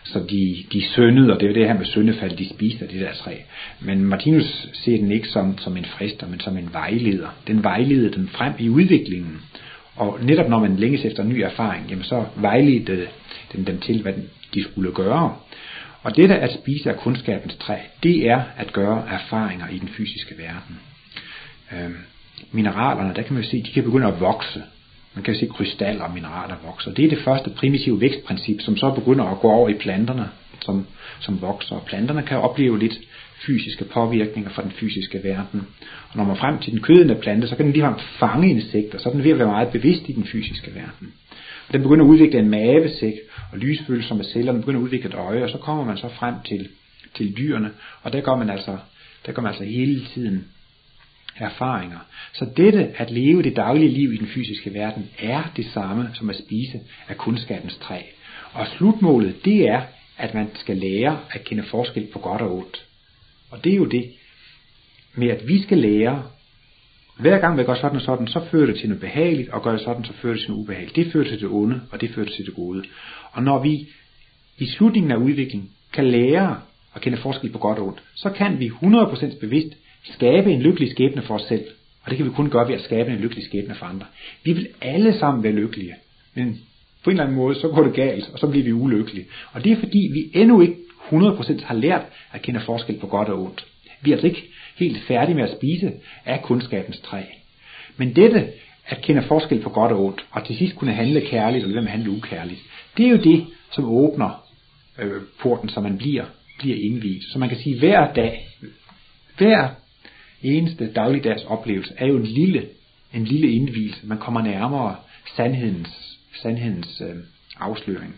Så de syndede, og det er jo det her med syndefald, de spiste af det der træ. Men Martinus ser den ikke som en frister, men som en vejleder. Den vejleder dem frem i udviklingen. Og netop når man længes efter en ny erfaring, jamen så vejledte den dem til, hvad de skulle gøre. Og det der at spise af kundskabens træ, det er at gøre erfaringer i den fysiske verden. Mineralerne, der kan man jo se, de kan begynde at vokse. Man kan se krystaller og mineraler vokser. Det er det første primitive vækstprincip, som så begynder at gå over i planterne, som vokser. Planterne kan opleve lidt fysiske påvirkninger fra den fysiske verden. Og når man er frem til den kødende plante, så kan den ligefrem fange insekter, så er den ved at være meget bevidst i den fysiske verden. Og den begynder at udvikle en mavesæk og lysfølsomme celler, den begynder at udvikle et øje, og så kommer man så frem til dyrene, og der gør man altså hele tiden erfaringer. Så dette at leve det daglige liv i den fysiske verden er det samme som at spise af kundskabens træ. Og slutmålet, det er, at man skal lære at kende forskel på godt og ondt. Og det er jo det med, at vi skal lære, hver gang vi gør sådan og sådan, så fører det til noget behageligt, og gør det sådan, så fører det til noget ubehageligt. Det fører til det onde, og det fører til det gode. Og når vi i slutningen af udviklingen kan lære at kende forskel på godt og ondt, så kan vi 100% bevidst skabe en lykkelig skæbne for os selv. Og det kan vi kun gøre ved at skabe en lykkelig skæbne for andre. Vi vil alle sammen være lykkelige, men på en eller anden måde, så går det galt, og så bliver vi ulykkelige. Og det er fordi, vi endnu ikke 100% har lært at kende forskel på godt og ondt. Vi er altså ikke helt færdige med at spise af kundskabens træ. Men dette at kende forskel på godt og ondt, og til sidst kunne handle kærligt, eller hvem handle ukærligt, det er jo det, som åbner porten, så man bliver indviet. Så man kan sige, hver eneste dagligdags oplevelse er jo en lille indvielse. Man kommer nærmere sandhedens afsløring.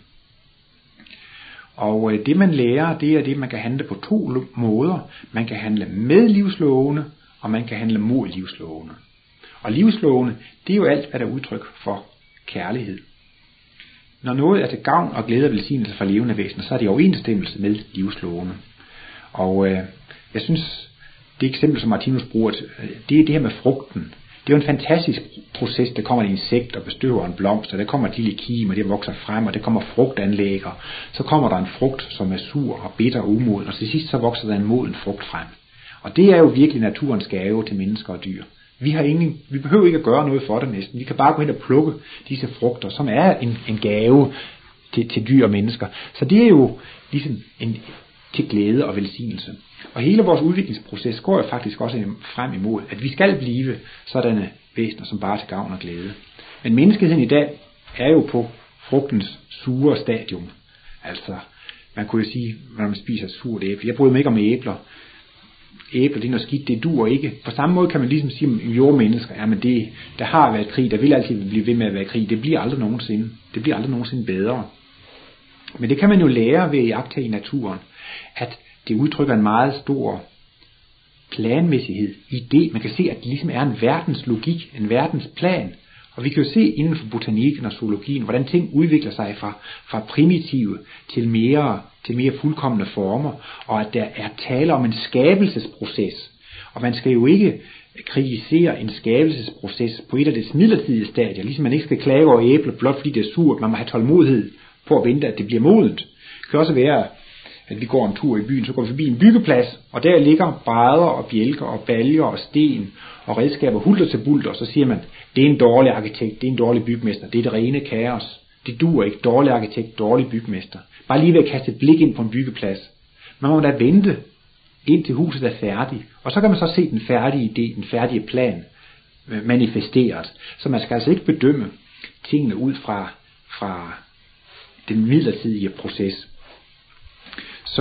Og det man lærer, det er det, man kan handle på to måder. Man kan handle med livslovene, og man kan handle mod livslovene. Og livslovene, det er jo alt, hvad der er udtryk for kærlighed. Når noget er til gavn og glæde og velsignelse for levende væsener, så er det i overensstemmelse med livslovene. Og jeg synes, det eksempel, som Martinus bruger, det er det her med frugten. Det er jo en fantastisk proces. Der kommer et insekt og bestøver en blomst, og der kommer et lille kim, og det vokser frem, og der kommer frugtanlæg, og så kommer der en frugt, som er sur og bitter og umoden, og til sidst så vokser der en moden frugt frem. Og det er jo virkelig naturens gave til mennesker og dyr. Vi behøver ikke at gøre noget for det næsten. Vi kan bare gå ind og plukke disse frugter, som er en gave til dyr og mennesker. Så det er jo ligesom til glæde og velsignelse. Og hele vores udviklingsproces går jo faktisk også frem imod, at vi skal blive sådanne væsener, som bare er til gavn og glæde. Men menneskeheden i dag er jo på frugtens sure stadium. Altså, man kunne jo sige, når man spiser et surt æble. Jeg bryder mig ikke om æbler. Æbler, det er noget skidt, det duer ikke. På samme måde kan man ligesom sige om jordmennesker, jamen der har været krig, der vil altid blive ved med at være krig. Det bliver aldrig nogensinde bedre. Men det kan man jo lære ved at iagttage i naturen, at det udtrykker en meget stor planmæssighed i det. Man kan se, at det ligesom er en verdens logik, en verdens plan. Og vi kan jo se inden for botanikken og zoologien, hvordan ting udvikler sig fra primitive til mere fuldkomne former, og at der er tale om en skabelsesproces. Og man skal jo ikke kritisere en skabelsesproces på et af dets midlertidige stadier, ligesom man ikke skal klage over æbler, blot fordi det er surt. Man må have tålmodighed på at vente, at det bliver modent. Det kan også være, at vi går en tur i byen, så går vi forbi en byggeplads, og der ligger brædder og bjælker og baljer og sten og redskaber hulter til bulter, og så siger man, det er en dårlig arkitekt, det er en dårlig bygmester, det er det rene kaos. Det duer ikke, dårlig arkitekt, dårlig bygmester. Bare lige ved at kaste et blik ind på en byggeplads. Man må da vente, indtil huset er færdigt, og så kan man så se den færdige idé, den færdige plan manifesteret. Så man skal altså ikke bedømme tingene ud fra den midlertidige proces. Så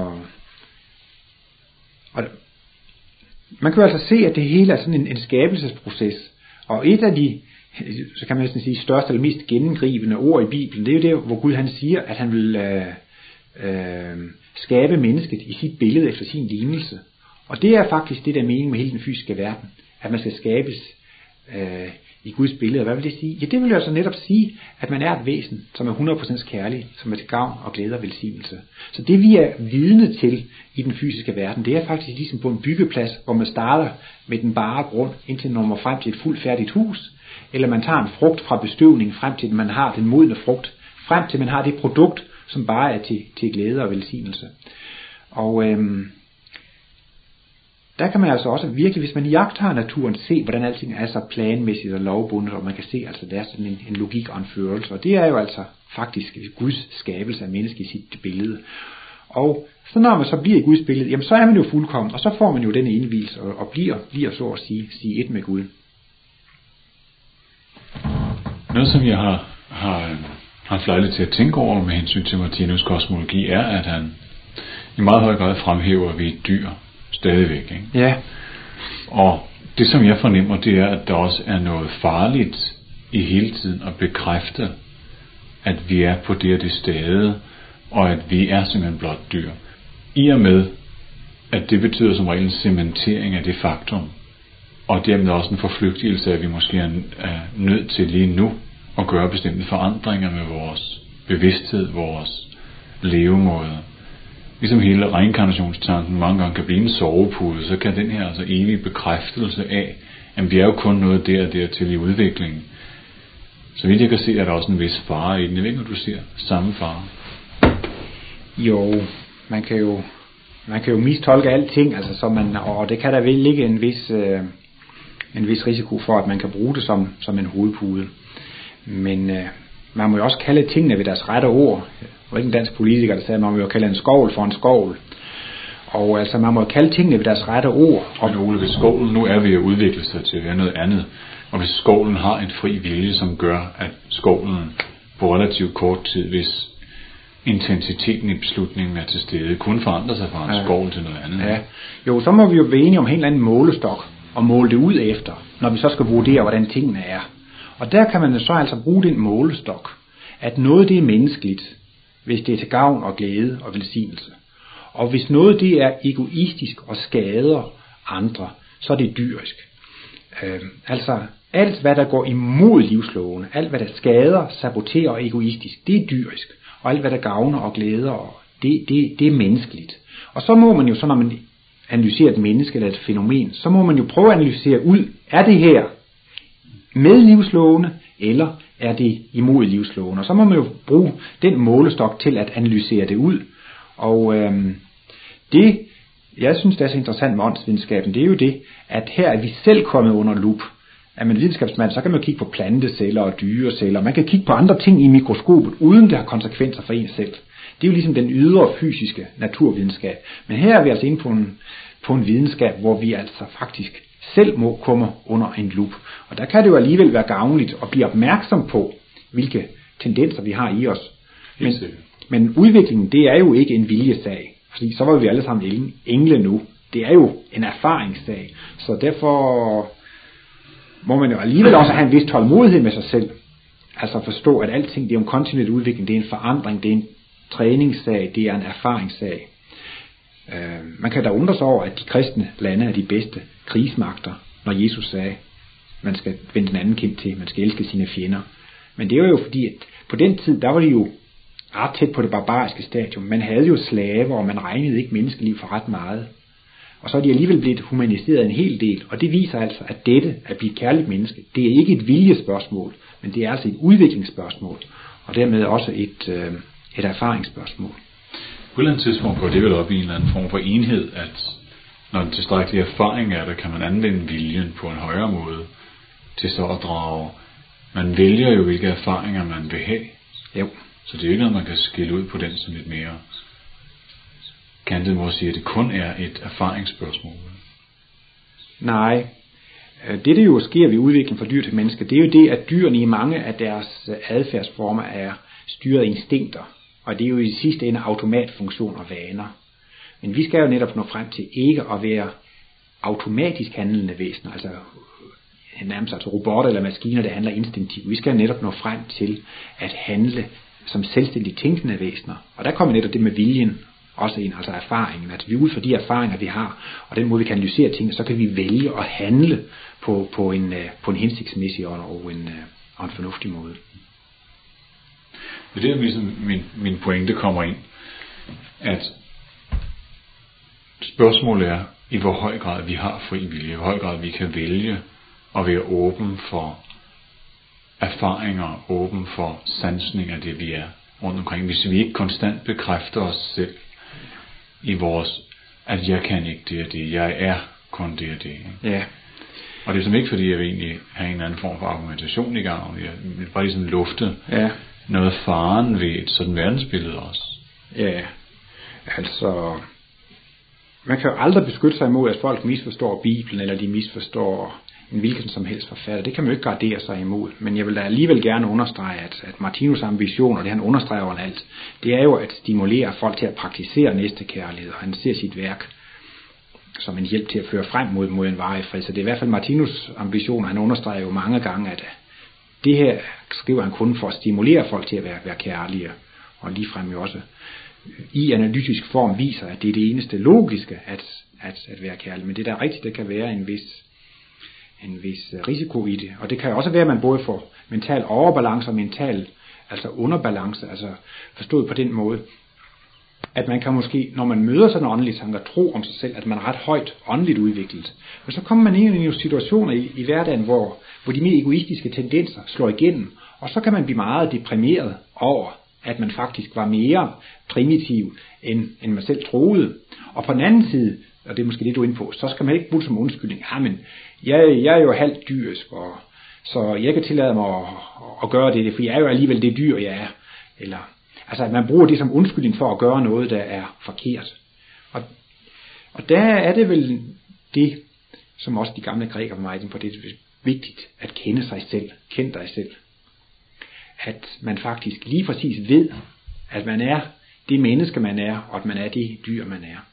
man kan jo altså se, at det hele er sådan en skabelsesproces. Og et af de, så kan man næsten sige, største eller mest gennemgribende ord i Bibelen, det er jo det, hvor Gud han siger, at han vil skabe mennesket i sit billede efter sin lignelse. Og det er faktisk det, der er meningen med hele den fysiske verden, at man skal skabes i Guds billede. Hvad vil det sige? Ja, det vil jo altså netop sige, at man er et væsen, som er 100% kærlig, som er til gavn og glæde og velsignelse. Så det vi er vidne til i den fysiske verden, det er faktisk ligesom på en byggeplads, hvor man starter med den bare grund, indtil man når frem til et fuldt færdigt hus, eller man tager en frugt fra bestøvning frem til man har den modne frugt, frem til man har det produkt, som bare er til glæde og velsignelse. Og der kan man altså også virkelig, hvis man jagter naturen, se, hvordan alting er så planmæssigt og lovbundet, og man kan se, altså der er sådan en logik og en førelse, og det er jo altså faktisk Guds skabelse af mennesket i sit billede. Og så når man så bliver i Guds billede, jamen så er man jo fuldkommen, og så får man jo den indvielse, og bliver så at sige et med Gud. Noget, som jeg har haft lejlighed til at tænke over med hensyn til Martinus kosmologi, er, at han i meget høj grad fremhæver, at vi er dyr stadigvæk. Ikke? Ja. Og det, som jeg fornemmer, det er, at der også er noget farligt i hele tiden at bekræfte, at vi er på det og det stade, og at vi er simpelthen blot dyr. I og med, at det betyder som regel en cementering af det faktum, og dermed også en forflygtigelse af, at vi måske er nødt til lige nu at gøre bestemte forandringer med vores bevidsthed, vores levemåde. Ligesom hele reinkarnationstanken mange gange kan blive en sovepude, så kan den her altså evige bekræftelse af, at vi er jo kun noget der til i udviklingen. Så vidt jeg kan se, er der også en vis fare i den. Jeg ved ikke, om du ser samme fare. Jo, man kan jo mistolke alting, altså så og det kan der vel ligge en vis risiko for, at man kan bruge det som en hovedpude. Men man må jo også kalde tingene ved deres rette ord. Der var ikke en dansk politiker, der sagde, at man må jo kalde en skovl for en skovl. Og altså, man må jo kalde tingene ved deres rette ord. Men Ole, hvis skovlen nu er ved at udvikle sig til at være noget andet, og hvis skovlen har en fri vilje, som gør, at skovlen på relativt kort tid, hvis intensiteten i beslutningen er til stede, kunne forandre sig fra en skovl til noget andet. Ja. Jo, så må vi jo være enige om en eller anden målestok, og måle det ud efter, når vi så skal vurdere, hvordan tingene er. Og der kan man så altså bruge den målestok, at noget det er menneskeligt, hvis det er til gavn og glæde og velsignelse. Og hvis noget det er egoistisk og skader andre, så er det dyrisk. Altså alt hvad der går imod livslovene, alt hvad der skader, saboterer og egoistisk, det er dyrisk. Og alt hvad der gavner og glæder, det er menneskeligt. Og så må man jo, så når man analyserer et menneske eller et fænomen, så må man jo prøve at analysere ud, er det her med livslovene, eller er det imod livslovene? Og så må man jo bruge den målestok til at analysere det ud. Og det, jeg synes, det er så interessant med åndsvidenskaben, det er jo det, at her er vi selv kommet under lup. Er man videnskabsmand, så kan man kigge på planteceller og dyreceller. Man kan kigge på andre ting i mikroskopet, uden det har konsekvenser for en selv. Det er jo ligesom den ydre fysiske naturvidenskab. Men her er vi altså inde på en videnskab, hvor vi altså faktisk selv må komme under en lup. Og der kan det jo alligevel være gavnligt at blive opmærksom på, hvilke tendenser vi har i os. Men udviklingen, det er jo ikke en viljesag. Fordi så var vi alle sammen engle nu. Det er jo en erfaringssag. Så derfor må man jo alligevel også have en vis tålmodighed med sig selv. Altså forstå, at alting, det er en kontinuerlig udvikling, det er en forandring, det er en træningssag, det er en erfaringssag. Man kan da undre sig over, at de kristne lande er de bedste krigsmagter, når Jesus sagde, man skal vende den anden kind til, man skal elske sine fjender. Men det var jo fordi, at på den tid, der var de jo ret tæt på det barbariske stadium. Man havde jo slaver, og man regnede ikke menneskeliv for ret meget. Og så er de alligevel blevet humaniseret en hel del, og det viser altså, at dette at blive et kærligt menneske, det er ikke et viljespørgsmål, men det er altså et udviklingsspørgsmål, og dermed også et erfaringsspørgsmål. På et eller andet tidspunkt går det vel op i en eller anden form for enhed, at når en tilstrækkelig erfaring er der, kan man anvende viljen på en højere måde til så at drage. Man vælger jo, hvilke erfaringer man vil have. Jo. Så det er ikke noget, man kan skille ud på den som lidt mere kantet måde at sige, at det kun er et erfaringsspørgsmål. Nej. Det jo sker ved udvikling fra dyr til menneske, det er jo det, at dyrene i mange af deres adfærdsformer er styret af instinkter. Og det er jo i sidste ende automatfunktion og vaner. Men vi skal jo netop nå frem til ikke at være automatisk handlende væsener, altså nærmest altså robotter eller maskiner, der handler instinktivt. Vi skal netop nå frem til at handle som selvstændigt tænkende væsener. Og der kommer netop det med viljen også ind, altså erfaringen. At vi ud fra de erfaringer, vi har, og den måde vi kan analysere ting, så kan vi vælge at handle på en hensigtsmæssig og en fornuftig måde. Det er ligesom min pointe kommer ind, at spørgsmålet er, i hvor høj grad vi har fri vilje, i hvor høj grad vi kan vælge at være åben for erfaringer, åben for sansning af det vi er. rundt omkring, hvis vi ikke konstant bekræfter os selv i vores, at jeg kan ikke det og det, jeg er kun det og det. Ikke? Ja. Og det er som ikke fordi, jeg vil egentlig have en eller anden form for argumentation i gang. Jeg vil bare ligesom lufte noget faren ved et sådan verdensbillede også. Ja, altså man kan jo aldrig beskytte sig imod, at folk misforstår Bibelen, eller de misforstår en hvilken som helst forfatter. Det kan man jo ikke gardere sig imod. Men jeg vil da alligevel gerne understrege, at Martinus' ambition, og det han understreger overalt, det er jo at stimulere folk til at praktisere næstekærlighed, og han ser sit værk som en hjælp til at føre frem mod en varig fred. Så det er i hvert fald Martinus' ambition, og han understreger jo mange gange, at det her skriver han kun for at stimulere folk til at være kærlige, og ligefrem jo også i analytisk form viser, at det er det eneste logiske at være kærlig. Men det der er rigtigt, der kan være en vis risiko i det. Og det kan også være, at man både får mental overbalance og mental altså underbalance, altså forstået på den måde, at man kan måske, når man møder sådan en åndelig tanker, tro om sig selv, at man er ret højt åndeligt udviklet. Men så kommer man ind i nogle situationer i hverdagen, hvor de mere egoistiske tendenser slår igennem, og så kan man blive meget deprimeret over, at man faktisk var mere primitiv, end man selv troede. Og på den anden side, og det er måske det, du er inde på, så skal man ikke bruge det som undskyldning. Men jeg er jo halvt dyrisk, så jeg kan tillade mig at gøre det, for jeg er jo alligevel det dyr, jeg er. Eller, altså at man bruger det som undskyldning for at gøre noget, der er forkert. Og der er det vel det, som også de gamle grækere var meget inde på, det er vigtigt at kende sig selv, kende dig selv. At man faktisk lige præcis ved, at man er det menneske, man er, og at man er det dyr, man er.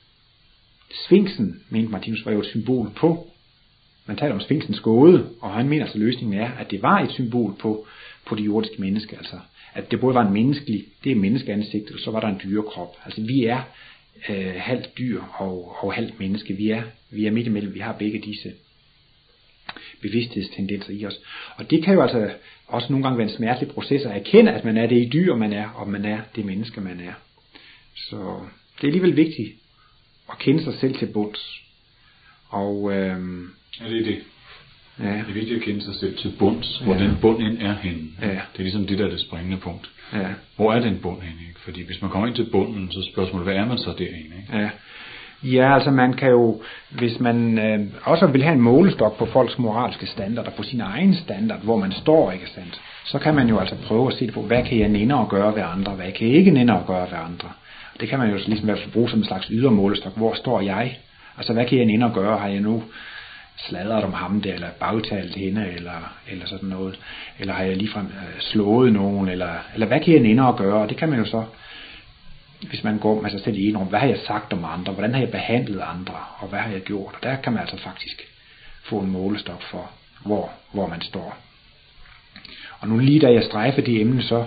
Sfinksen, mente Martinus, var jo et symbol på. Man taler om Sfinksens gåde, og han mener altså, at løsningen er, at det var et symbol på det jordiske menneske. Altså, at det både var en menneskelig, det er menneskeansigt, og så var der en dyrekrop. Altså, vi er halvt dyr og halvt menneske. Vi er midt imellem. Vi har begge disse bevidsthedstendenser i os. Og det kan jo altså også nogle gange være en smertelig proces at erkende, at man er det dyr, man er, og man er det menneske, man er. Så det er alligevel vigtigt at kende sig selv til bunds. Og ja, det er det. Ja. Det er vigtigt at kende sig selv til bunds, hvor den bund ind er henne. Ja. Det er ligesom det, der er det springende punkt. Ja. Hvor er den bund henne? Ikke? Fordi hvis man kommer ind til bunden, så spørgsmålet, hvad er man så derinde? Ikke? Ja. Ja, altså man kan jo, hvis man også vil have en målestok på folks moralske standarder, på sin egen standard, hvor man står, ikke sandt, så kan man jo altså prøve at se på, hvad kan jeg nænde at gøre ved andre, hvad kan jeg ikke nænde at gøre ved andre. Det kan man jo ligesom i hvert fald bruge som en slags ydre målestok. Hvor står jeg? Altså hvad kan jeg nænde at gøre? Har jeg nu sladret om ham der, eller bagtalt hende, eller sådan noget? Eller har jeg ligefrem slået nogen? Eller hvad kan jeg nænde at gøre? Og det kan man jo så, hvis man går med sig selv i en rum, hvad har jeg sagt om andre? Hvordan har jeg behandlet andre? Og hvad har jeg gjort? Og der kan man altså faktisk få en målestok for, hvor man står. Og nu lige da jeg strejfer det emne, så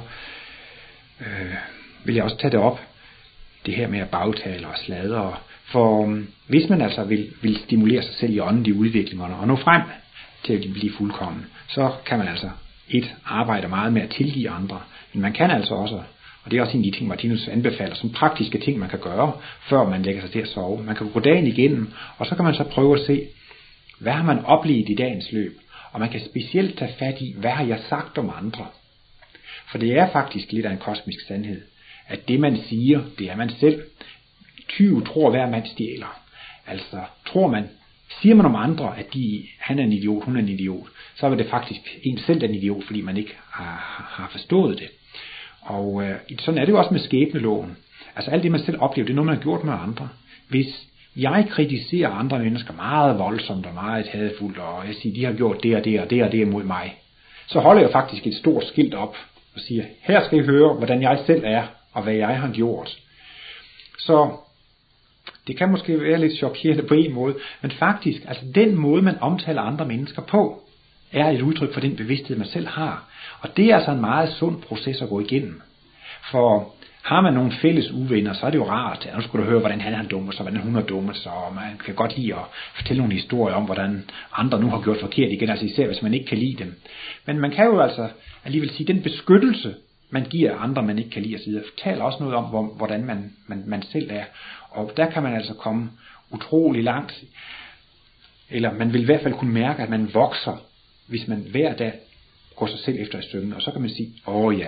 vil jeg også tage det op. Det her med at bagtale og sladre. For hvis man altså vil stimulere sig selv i åndelige udviklinger og nå frem til at blive fuldkommen, så kan man altså arbejde meget med at tilgive andre. Men man kan altså også, og det er også en af de ting, Martinus anbefaler, som praktiske ting, man kan gøre, før man lægger sig til at sove. Man kan gå dagen igennem, og så kan man så prøve at se, hvad har man oplevet i dagens løb? Og man kan specielt tage fat i, hvad har jeg sagt om andre? For det er faktisk lidt af en kosmisk sandhed, at det man siger, det er man selv. 20 tror hver mand stjæler. Altså siger man om andre, at han er en idiot, hun er en idiot, så er det faktisk en selv, der er en idiot, fordi man ikke har forstået det. Og sådan er det jo også med skæbneloven. Altså alt det man selv oplever, det er noget man har gjort med andre. Hvis jeg kritiserer andre mennesker meget voldsomt og meget hadefuldt, og jeg siger, de har gjort det og det og det og det imod mig, så holder jeg faktisk et stort skilt op og siger, her skal I høre, hvordan jeg selv er, og hvad jeg har gjort. Så det kan måske være lidt chokerende på en måde, men faktisk, altså den måde man omtaler andre mennesker på, er et udtryk for den bevidsthed man selv har. Og det er altså en meget sund proces at gå igennem. For har man nogle fælles uvenner, så er det jo rart, at nu skulle du høre, hvordan han har dummet sig, hvordan hun har dummet sig, og man kan godt lide at fortælle nogle historier om, hvordan andre nu har gjort forkert igen, altså især hvis man ikke kan lide dem. Men man kan jo altså alligevel sige, den beskyttelse, man giver andre, man ikke kan lide osv., fortæller også noget om, hvordan man selv er. Og der kan man altså komme utrolig langt, eller man vil i hvert fald kunne mærke, at man vokser, hvis man hver dag går sig selv efter i søvn, og så kan man sige, ja,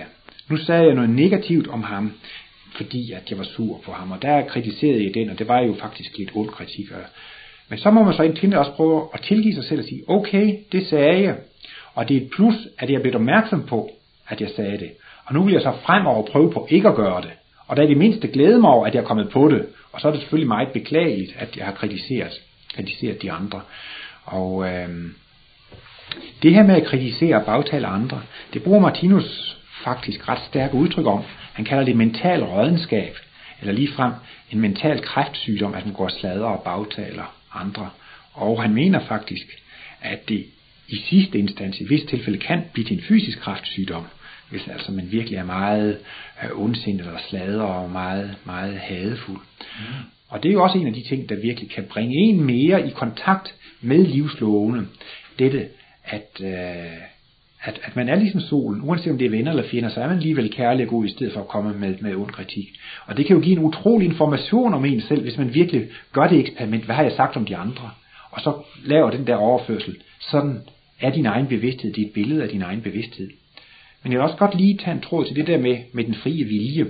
nu sagde jeg noget negativt om ham, fordi at jeg var sur på ham, og der kritiserede jeg den, og det var jo faktisk lidt ond kritik. Men så må man så indtil også prøve at tilgive sig selv og sige, okay, det sagde jeg, og det er et plus, at jeg er blevet opmærksom på, at jeg sagde det. Og nu vil jeg så fremover prøve på ikke at gøre det. Og der er det mindste glæde mig over, at jeg er kommet på det. Og så er det selvfølgelig meget beklageligt, at jeg har kritiseret de andre. Og det her med at kritisere og bagtale andre, det bruger Martinus faktisk ret stærkt udtryk om. Han kalder det mental rådenskab, eller ligefrem en mental kræftsygdom, at man går sladrer og bagtaler andre. Og han mener faktisk, at det i sidste instans, i visse tilfælde, kan blive til en fysisk kræftsygdom, hvis altså man virkelig er meget ondsindet eller sladrer og meget, meget hadefuld. Og det er jo også en af de ting, der virkelig kan bringe en mere i kontakt med livslovene. Dette, at man er ligesom solen, uanset om det er venner eller fjender, så er man alligevel kærlig og god, i stedet for at komme med ond kritik. Og det kan jo give en utrolig information om en selv, hvis man virkelig gør det eksperiment. Hvad har jeg sagt om de andre? Og så laver den der overførsel. Sådan er din egen bevidsthed, det er et billede af din egen bevidsthed. Men jeg vil også godt lige tage en tråd til det der med den frie vilje.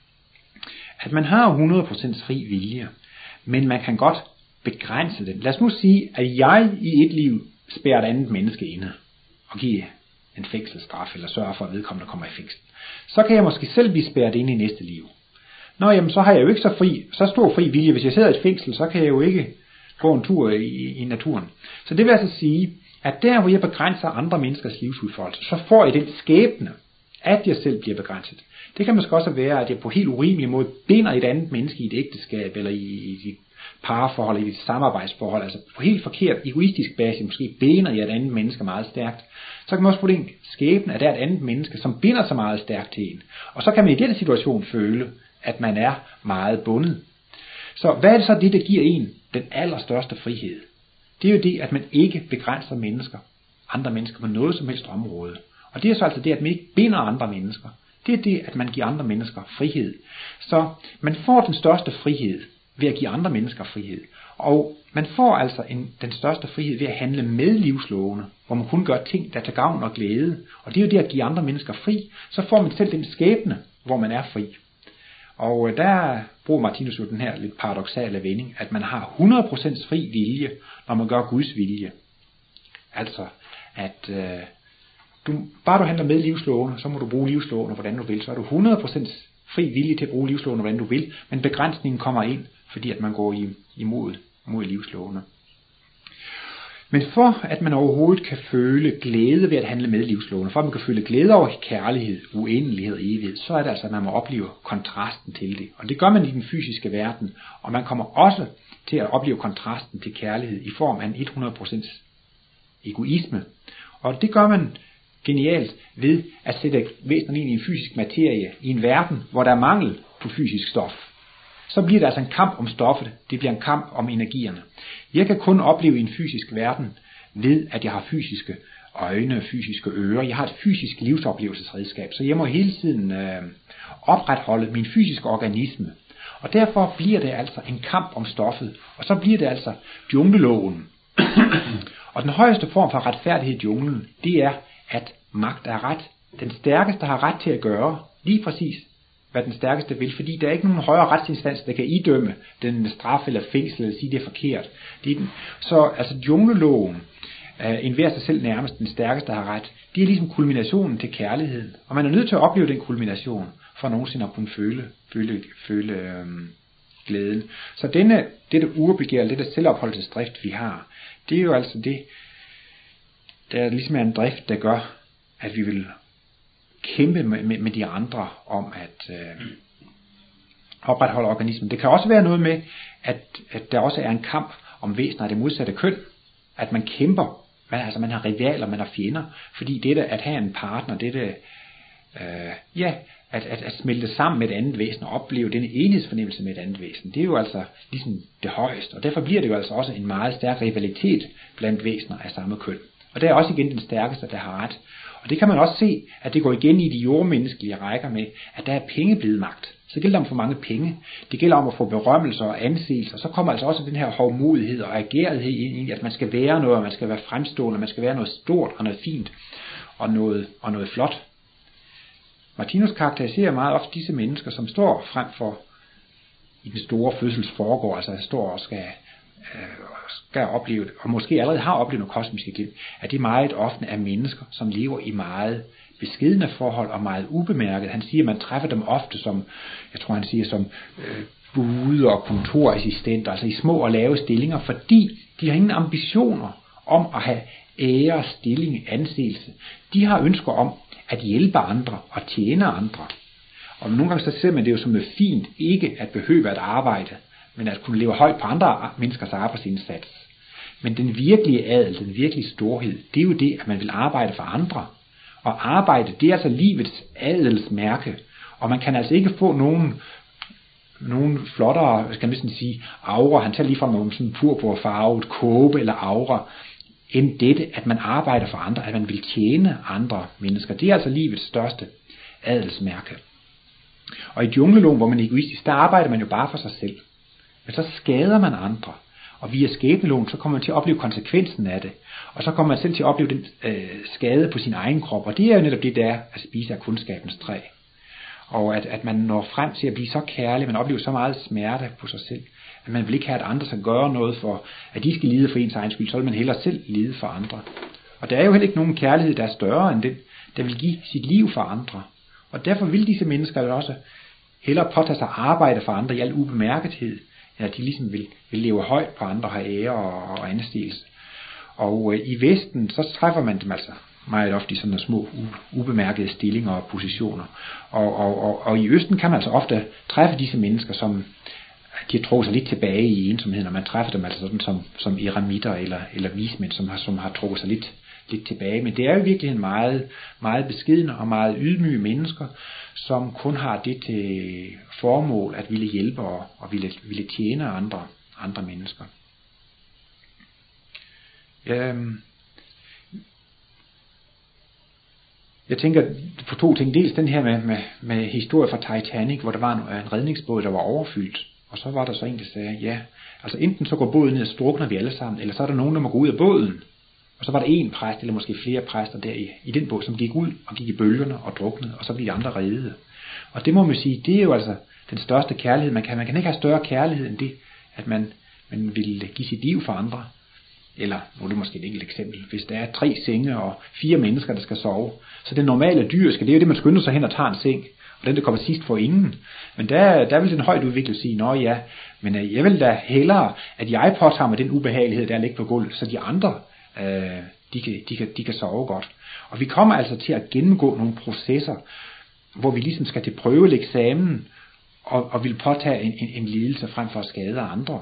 At man har 100% fri vilje, men man kan godt begrænse den. Lad os nu sige, at jeg i et liv spærrer et andet menneske inde og giver en fængselsstraf, eller sørger for, at vedkommende kommer i fængsel. Så kan jeg måske selv blive spærret inde i næste liv. Nå, jamen, så har jeg jo ikke så stor fri vilje. Hvis jeg sidder i et fængsel, så kan jeg jo ikke gå en tur i naturen. Så det vil altså sige, at der hvor jeg begrænser andre menneskers livsudfoldelse, så får jeg den skæbne, at jeg selv bliver begrænset. Det kan måske også være, at jeg på helt urimelig måde binder et andet menneske i et ægteskab, eller i et parforhold, i et samarbejdsforhold, altså på helt forkert, egoistisk basis, måske binder jeg et andet menneske meget stærkt. Så kan man også få den skæbne, at der er et andet menneske, som binder sig meget stærkt til en. Og så kan man i den situation føle, at man er meget bundet. Så hvad er det så det, der giver en den allerstørste frihed? Det er jo det, at man ikke begrænser andre mennesker på noget som helst område. Og det er så altså det, at man ikke binder andre mennesker. Det er det, at man giver andre mennesker frihed. Så man får den største frihed ved at give andre mennesker frihed. Og man får altså den største frihed ved at handle med livslovene, hvor man kun gør ting, der er til gavn og glæde. Og det er jo det at give andre mennesker fri. Så får man selv den skæbne, hvor man er fri. Og der bruger Martinus jo den her lidt paradoksale vending, at man har 100% fri vilje, når man gør Guds vilje. Altså, at bare du handler med livslovene, så må du bruge livslovene, hvordan du vil. Så er du 100% fri vilje til at bruge livslovene, hvordan du vil. Men begrænsningen kommer ind, fordi at man går imod livslovene. Men for at man overhovedet kan føle glæde ved at handle med livslovene, for at man kan føle glæde over kærlighed, uendelighed og evighed, så er det altså, at man må opleve kontrasten til det. Og det gør man i den fysiske verden, og man kommer også til at opleve kontrasten til kærlighed i form af en 100% egoisme. Og det gør man genialt ved at sætte væsenerne ind i en fysisk materie, i en verden, hvor der er mangel på fysisk stof. Så bliver det altså en kamp om stoffet, det bliver en kamp om energierne. Jeg kan kun opleve i en fysisk verden ved, at jeg har fysiske øjne, fysiske ører, jeg har et fysisk livsoplevelsesredskab, så jeg må hele tiden opretholde min fysiske organisme. Og derfor bliver det altså en kamp om stoffet, og så bliver det altså jungleloven. Og den højeste form for retfærdighed i junglen, det er, at magt er ret. Den stærkeste har ret til at gøre lige præcis, hvad den stærkeste vil, fordi der er ikke nogen højere retsinstans, der kan idømme den straf eller fængsel, eller sige, det er forkert. Så altså jungleloven, enhver sig selv nærmest den stærkeste har ret, det er ligesom kulminationen til kærligheden. Og man er nødt til at opleve den kulmination, for nogensinde at kunne føle glæden. Så dette urbegær, dette selvopholdelsesdrift, vi har, det er jo altså det, der ligesom er en drift, der gør, at vi vil kæmpe med de andre om at opretholde organismen. Det kan også være noget med, at der også er en kamp om væsener af det modsatte køn. At man kæmper, man har rivaler, man har fjender. Fordi dette at have en partner, dette at smelte sammen med et andet væsen og opleve denne enhedsfornemmelse med et andet væsen, det er jo altså ligesom det højeste. Og derfor bliver det jo altså også en meget stærk rivalitet blandt væsener af samme køn. Og der er også igen den stærkeste, der har ret. Og det kan man også se, at det går igen i de jordmenneskelige rækker med, at der er penge blevet magt. Så gælder det om for mange penge. Det gælder om at få berømmelse og anseelse. Og så kommer altså også den her hovmodighed og agerighed ind i, at man skal være noget, man skal være fremstående, man skal være noget stort og noget fint og noget flot. Martinus karakteriserer meget ofte disse mennesker, som står frem for i den store fødsels foregår, altså står og skal opleve, og måske allerede har oplevet noget kosmiske glimt, at det meget ofte er mennesker, som lever i meget beskedne forhold og meget ubemærket. Han siger, at man træffer dem ofte som, jeg tror han siger, som bude- og kontorassistenter, altså i små og lave stillinger, fordi de har ingen ambitioner om at have ære, stilling, anseelse. De har ønsker om at hjælpe andre og tjene andre. Og nogle gange så ser man det jo som noget fint, ikke at behøve at arbejde, men at kunne leve højt på andre menneskers arbejdsindsats. Men den virkelige adel, den virkelige storhed, det er jo det, at man vil arbejde for andre. Og arbejde, det er altså livets adelsmærke. Og man kan altså ikke få nogen flottere, skal man næsten sige, aura. Han tager lige fra nogle sådan purpurfarvet kåbe eller aura, end dette, at man arbejder for andre, at man vil tjene andre mennesker. Det er altså livets største adelsmærke. Og i jungleloven, hvor man er egoistisk, der arbejder man jo bare for sig selv. Men så skader man andre. Og via skæbneloven, så kommer man til at opleve konsekvensen af det. Og så kommer man selv til at opleve den skade på sin egen krop. Og det er jo netop det, der er at spise af kundskabens træ. Og at man når frem til at blive så kærlig, man oplever så meget smerte på sig selv, at man vil ikke have, at andre skal gøre noget for, at de skal lide for ens egen skyld, så vil man hellere selv lide for andre. Og der er jo heller ikke nogen kærlighed, der er større end den, der vil give sit liv for andre. Og derfor vil disse mennesker jo også hellere påtage sig arbejde for andre i al ubemærkethed, end at de ligesom vil leve højt på andre, have ære og anseelse. Og i Vesten, så træffer man dem altså meget ofte i sådan små ubemærkede stillinger og positioner. Og i Østen kan man altså ofte træffe disse mennesker, som de har trukket sig lidt tilbage i ensomheden, og man træffer dem altså sådan som eremitter eller vismænd, som har trukket sig lidt tilbage. Men det er jo i virkeligheden meget, meget beskedne og meget ydmyge mennesker, som kun har det til formål at ville hjælpe og ville tjene andre mennesker. Jeg tænker på to ting. Dels den her med historie fra Titanic, hvor der var en redningsbåd, der var overfyldt. Og så var der så en, der sagde, ja, altså enten så går båden ned og strukner vi alle sammen, eller så er der nogen, der må gå ud af båden. Og så var der en præst, eller måske flere præster der i den båd, som gik ud og gik i bølgerne og druknede, og så blev de andre reddede. Og det må man sige, det er jo altså den største kærlighed. Man kan ikke have større kærlighed end det, at man vil give sit liv for andre. Eller, nu er det måske et enkelt eksempel, hvis der er 3 senge og 4 mennesker, der skal sove, så det normale dyriske, det er jo det, man skynder sig hen og tager en seng, og den, der kommer sidst, får ingen. Men der vil den højt udviklet sige, nå ja, men jeg vil da hellere, at jeg påtager mig den ubehagelighed, der ligger på gulvet, så de andre, de kan sove godt. Og vi kommer altså til at gennemgå nogle processer, hvor vi ligesom skal til prøve eller eksamen, og vil påtage en lidelse frem for at skade andre.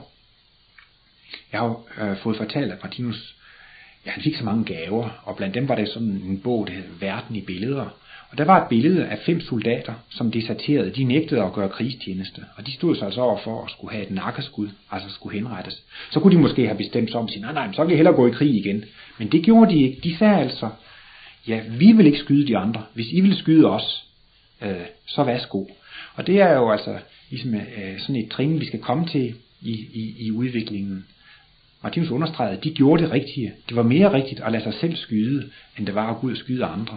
Jeg har jo fået fortalt, at Martinus, han fik så mange gaver, og blandt dem var der sådan en bog, der hed Verden i billeder. Og der var et billede af 5 soldater, som deserterede. De nægtede at gøre krigstjeneste, og de stod sig altså over for at skulle have et nakkeskud, altså skulle henrettes. Så kunne de måske have bestemt sig om at sige, nej, så vil jeg hellere gå i krig igen. Men det gjorde de ikke. De sagde altså, ja, vi vil ikke skyde de andre. Hvis I vil skyde os, så værsgo. Og det er jo altså ligesom sådan et trin, vi skal komme til i udviklingen. Martinus understregede, at de gjorde det rigtige. Det var mere rigtigt at lade sig selv skyde, end det var at gå ud og skyde andre.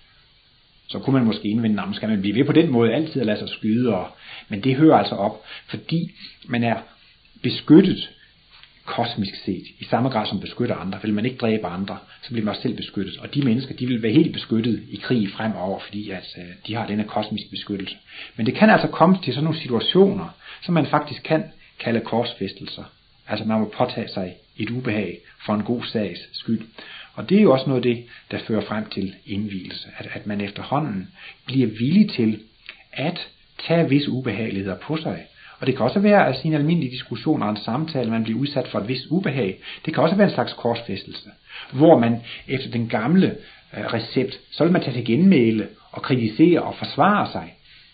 Så kunne man måske indvende, at skal man blive ved på den måde altid at lade sig skyde. Men det hører altså op, fordi man er beskyttet kosmisk set, i samme grad som beskytter andre. Vil man ikke dræbe andre, så bliver man også selv beskyttet. Og de mennesker, de vil være helt beskyttet i krig fremover, fordi at de har denne kosmiske beskyttelse. Men det kan altså komme til sådan nogle situationer, som man faktisk kan kalde korsfæstelser. Altså man må påtage sig et ubehag for en god sags skyld. Og det er jo også noget af det, der fører frem til indvielse. At man efterhånden bliver villig til at tage visse ubehageligheder på sig. Og det kan også være, at sin almindelige diskussion og en samtale, man bliver udsat for et vist ubehag, det kan også være en slags korsfæstelse, hvor man efter den gamle recept, så vil man tage til genmæle og kritisere og forsvare sig.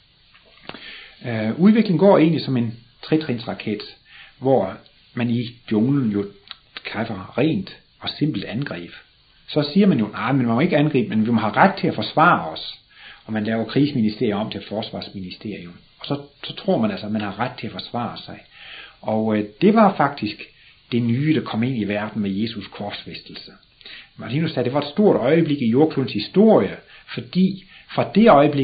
Udviklingen går egentlig som en tretrinsraket, hvor man i junglen jo kræver rent og simpelt angreb. Så siger man jo, nej, men man må ikke angribe, men vi må have ret til at forsvare os. Og man laver krigsministerium om til et forsvarsministerium. Og så tror man altså, at man har ret til at forsvare sig. Og det var faktisk det nye, der kom ind i verden med Jesus korsfæstelse. Martinus sagde, at det var et stort øjeblik i jordklodens historie, fordi fra det øjeblik af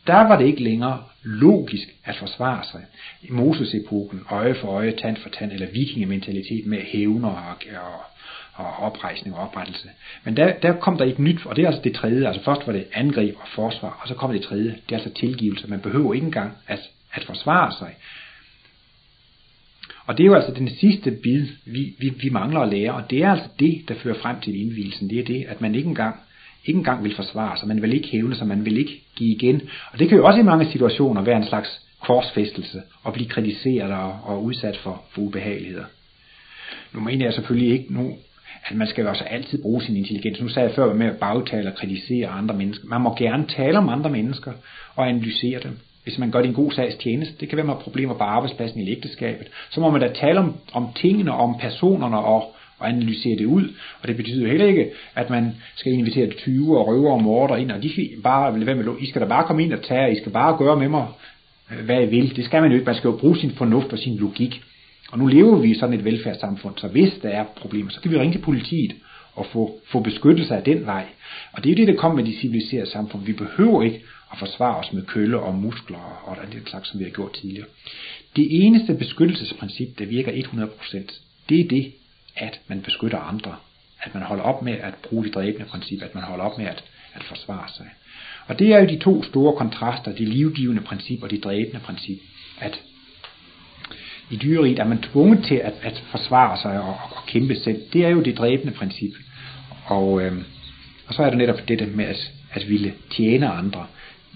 der var det ikke længere logisk at forsvare sig. I Moses-epoken, øje for øje, tand for tand, eller vikingementalitet med hævner og oprejsning og oprettelse. Men der kom der et nyt, og det er altså det tredje. Altså først var det angreb og forsvar, og så kom det tredje. Det er altså tilgivelse. Man behøver ikke engang at forsvare sig. Og det er jo altså den sidste bid, vi mangler at lære, og det er altså det, der fører frem til indvielsen. Det er det, at man ikke engang vil forsvare sig, man vil ikke hævne sig, man vil ikke give igen. Og det kan jo også i mange situationer være en slags korsfæstelse, og blive kritiseret og udsat for ubehageligheder. Nu mener jeg selvfølgelig ikke nu, at man skal jo altså altid bruge sin intelligens. Nu sagde jeg før med at bagtale og kritisere andre mennesker. Man må gerne tale om andre mennesker og analysere dem. Hvis man gør det en god sags tjeneste, det kan være, man har problemer på arbejdspladsen i ægteskabet, så må man da tale om tingene, om personerne og analysere det ud. Og det betyder jo heller ikke, at man skal invitere 20 og røver og morder ind, og de skal bare vil være med, I skal da bare komme ind og tage, I skal bare gøre med mig, hvad I vil. Det skal man jo ikke. Man skal jo bruge sin fornuft og sin logik. Og nu lever vi i sådan et velfærdssamfund, så hvis der er problemer, så kan vi ringe til politiet og få beskyttelse af den vej. Og det er jo det, der kommer med de civiliserede samfund. Vi behøver ikke at forsvare os med køller og muskler og den slags, som vi har gjort tidligere. Det eneste beskyttelsesprincip, der virker 100%, det er det, at man beskytter andre. At man holder op med at bruge det dræbende princip, at man holder op med at forsvare sig. Og det er jo de to store kontraster, det livgivende princip og det dræbende princip. At i dyreriget er man tvunget til at forsvare sig og kæmpe selv. Det er jo det dræbende princip. Og så er det netop det med at ville tjene andre.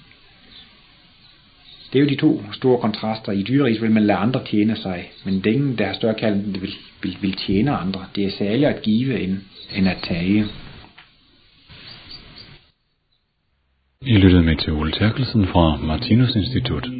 Det er jo de to store kontraster. I dyreriget vil man lade andre tjene sig, men det er ingen, der har større kald, end det vil tjene andre. Det er særligt at give end at tage. I lyttede med til Ole Terkelsen fra Martinus Institut.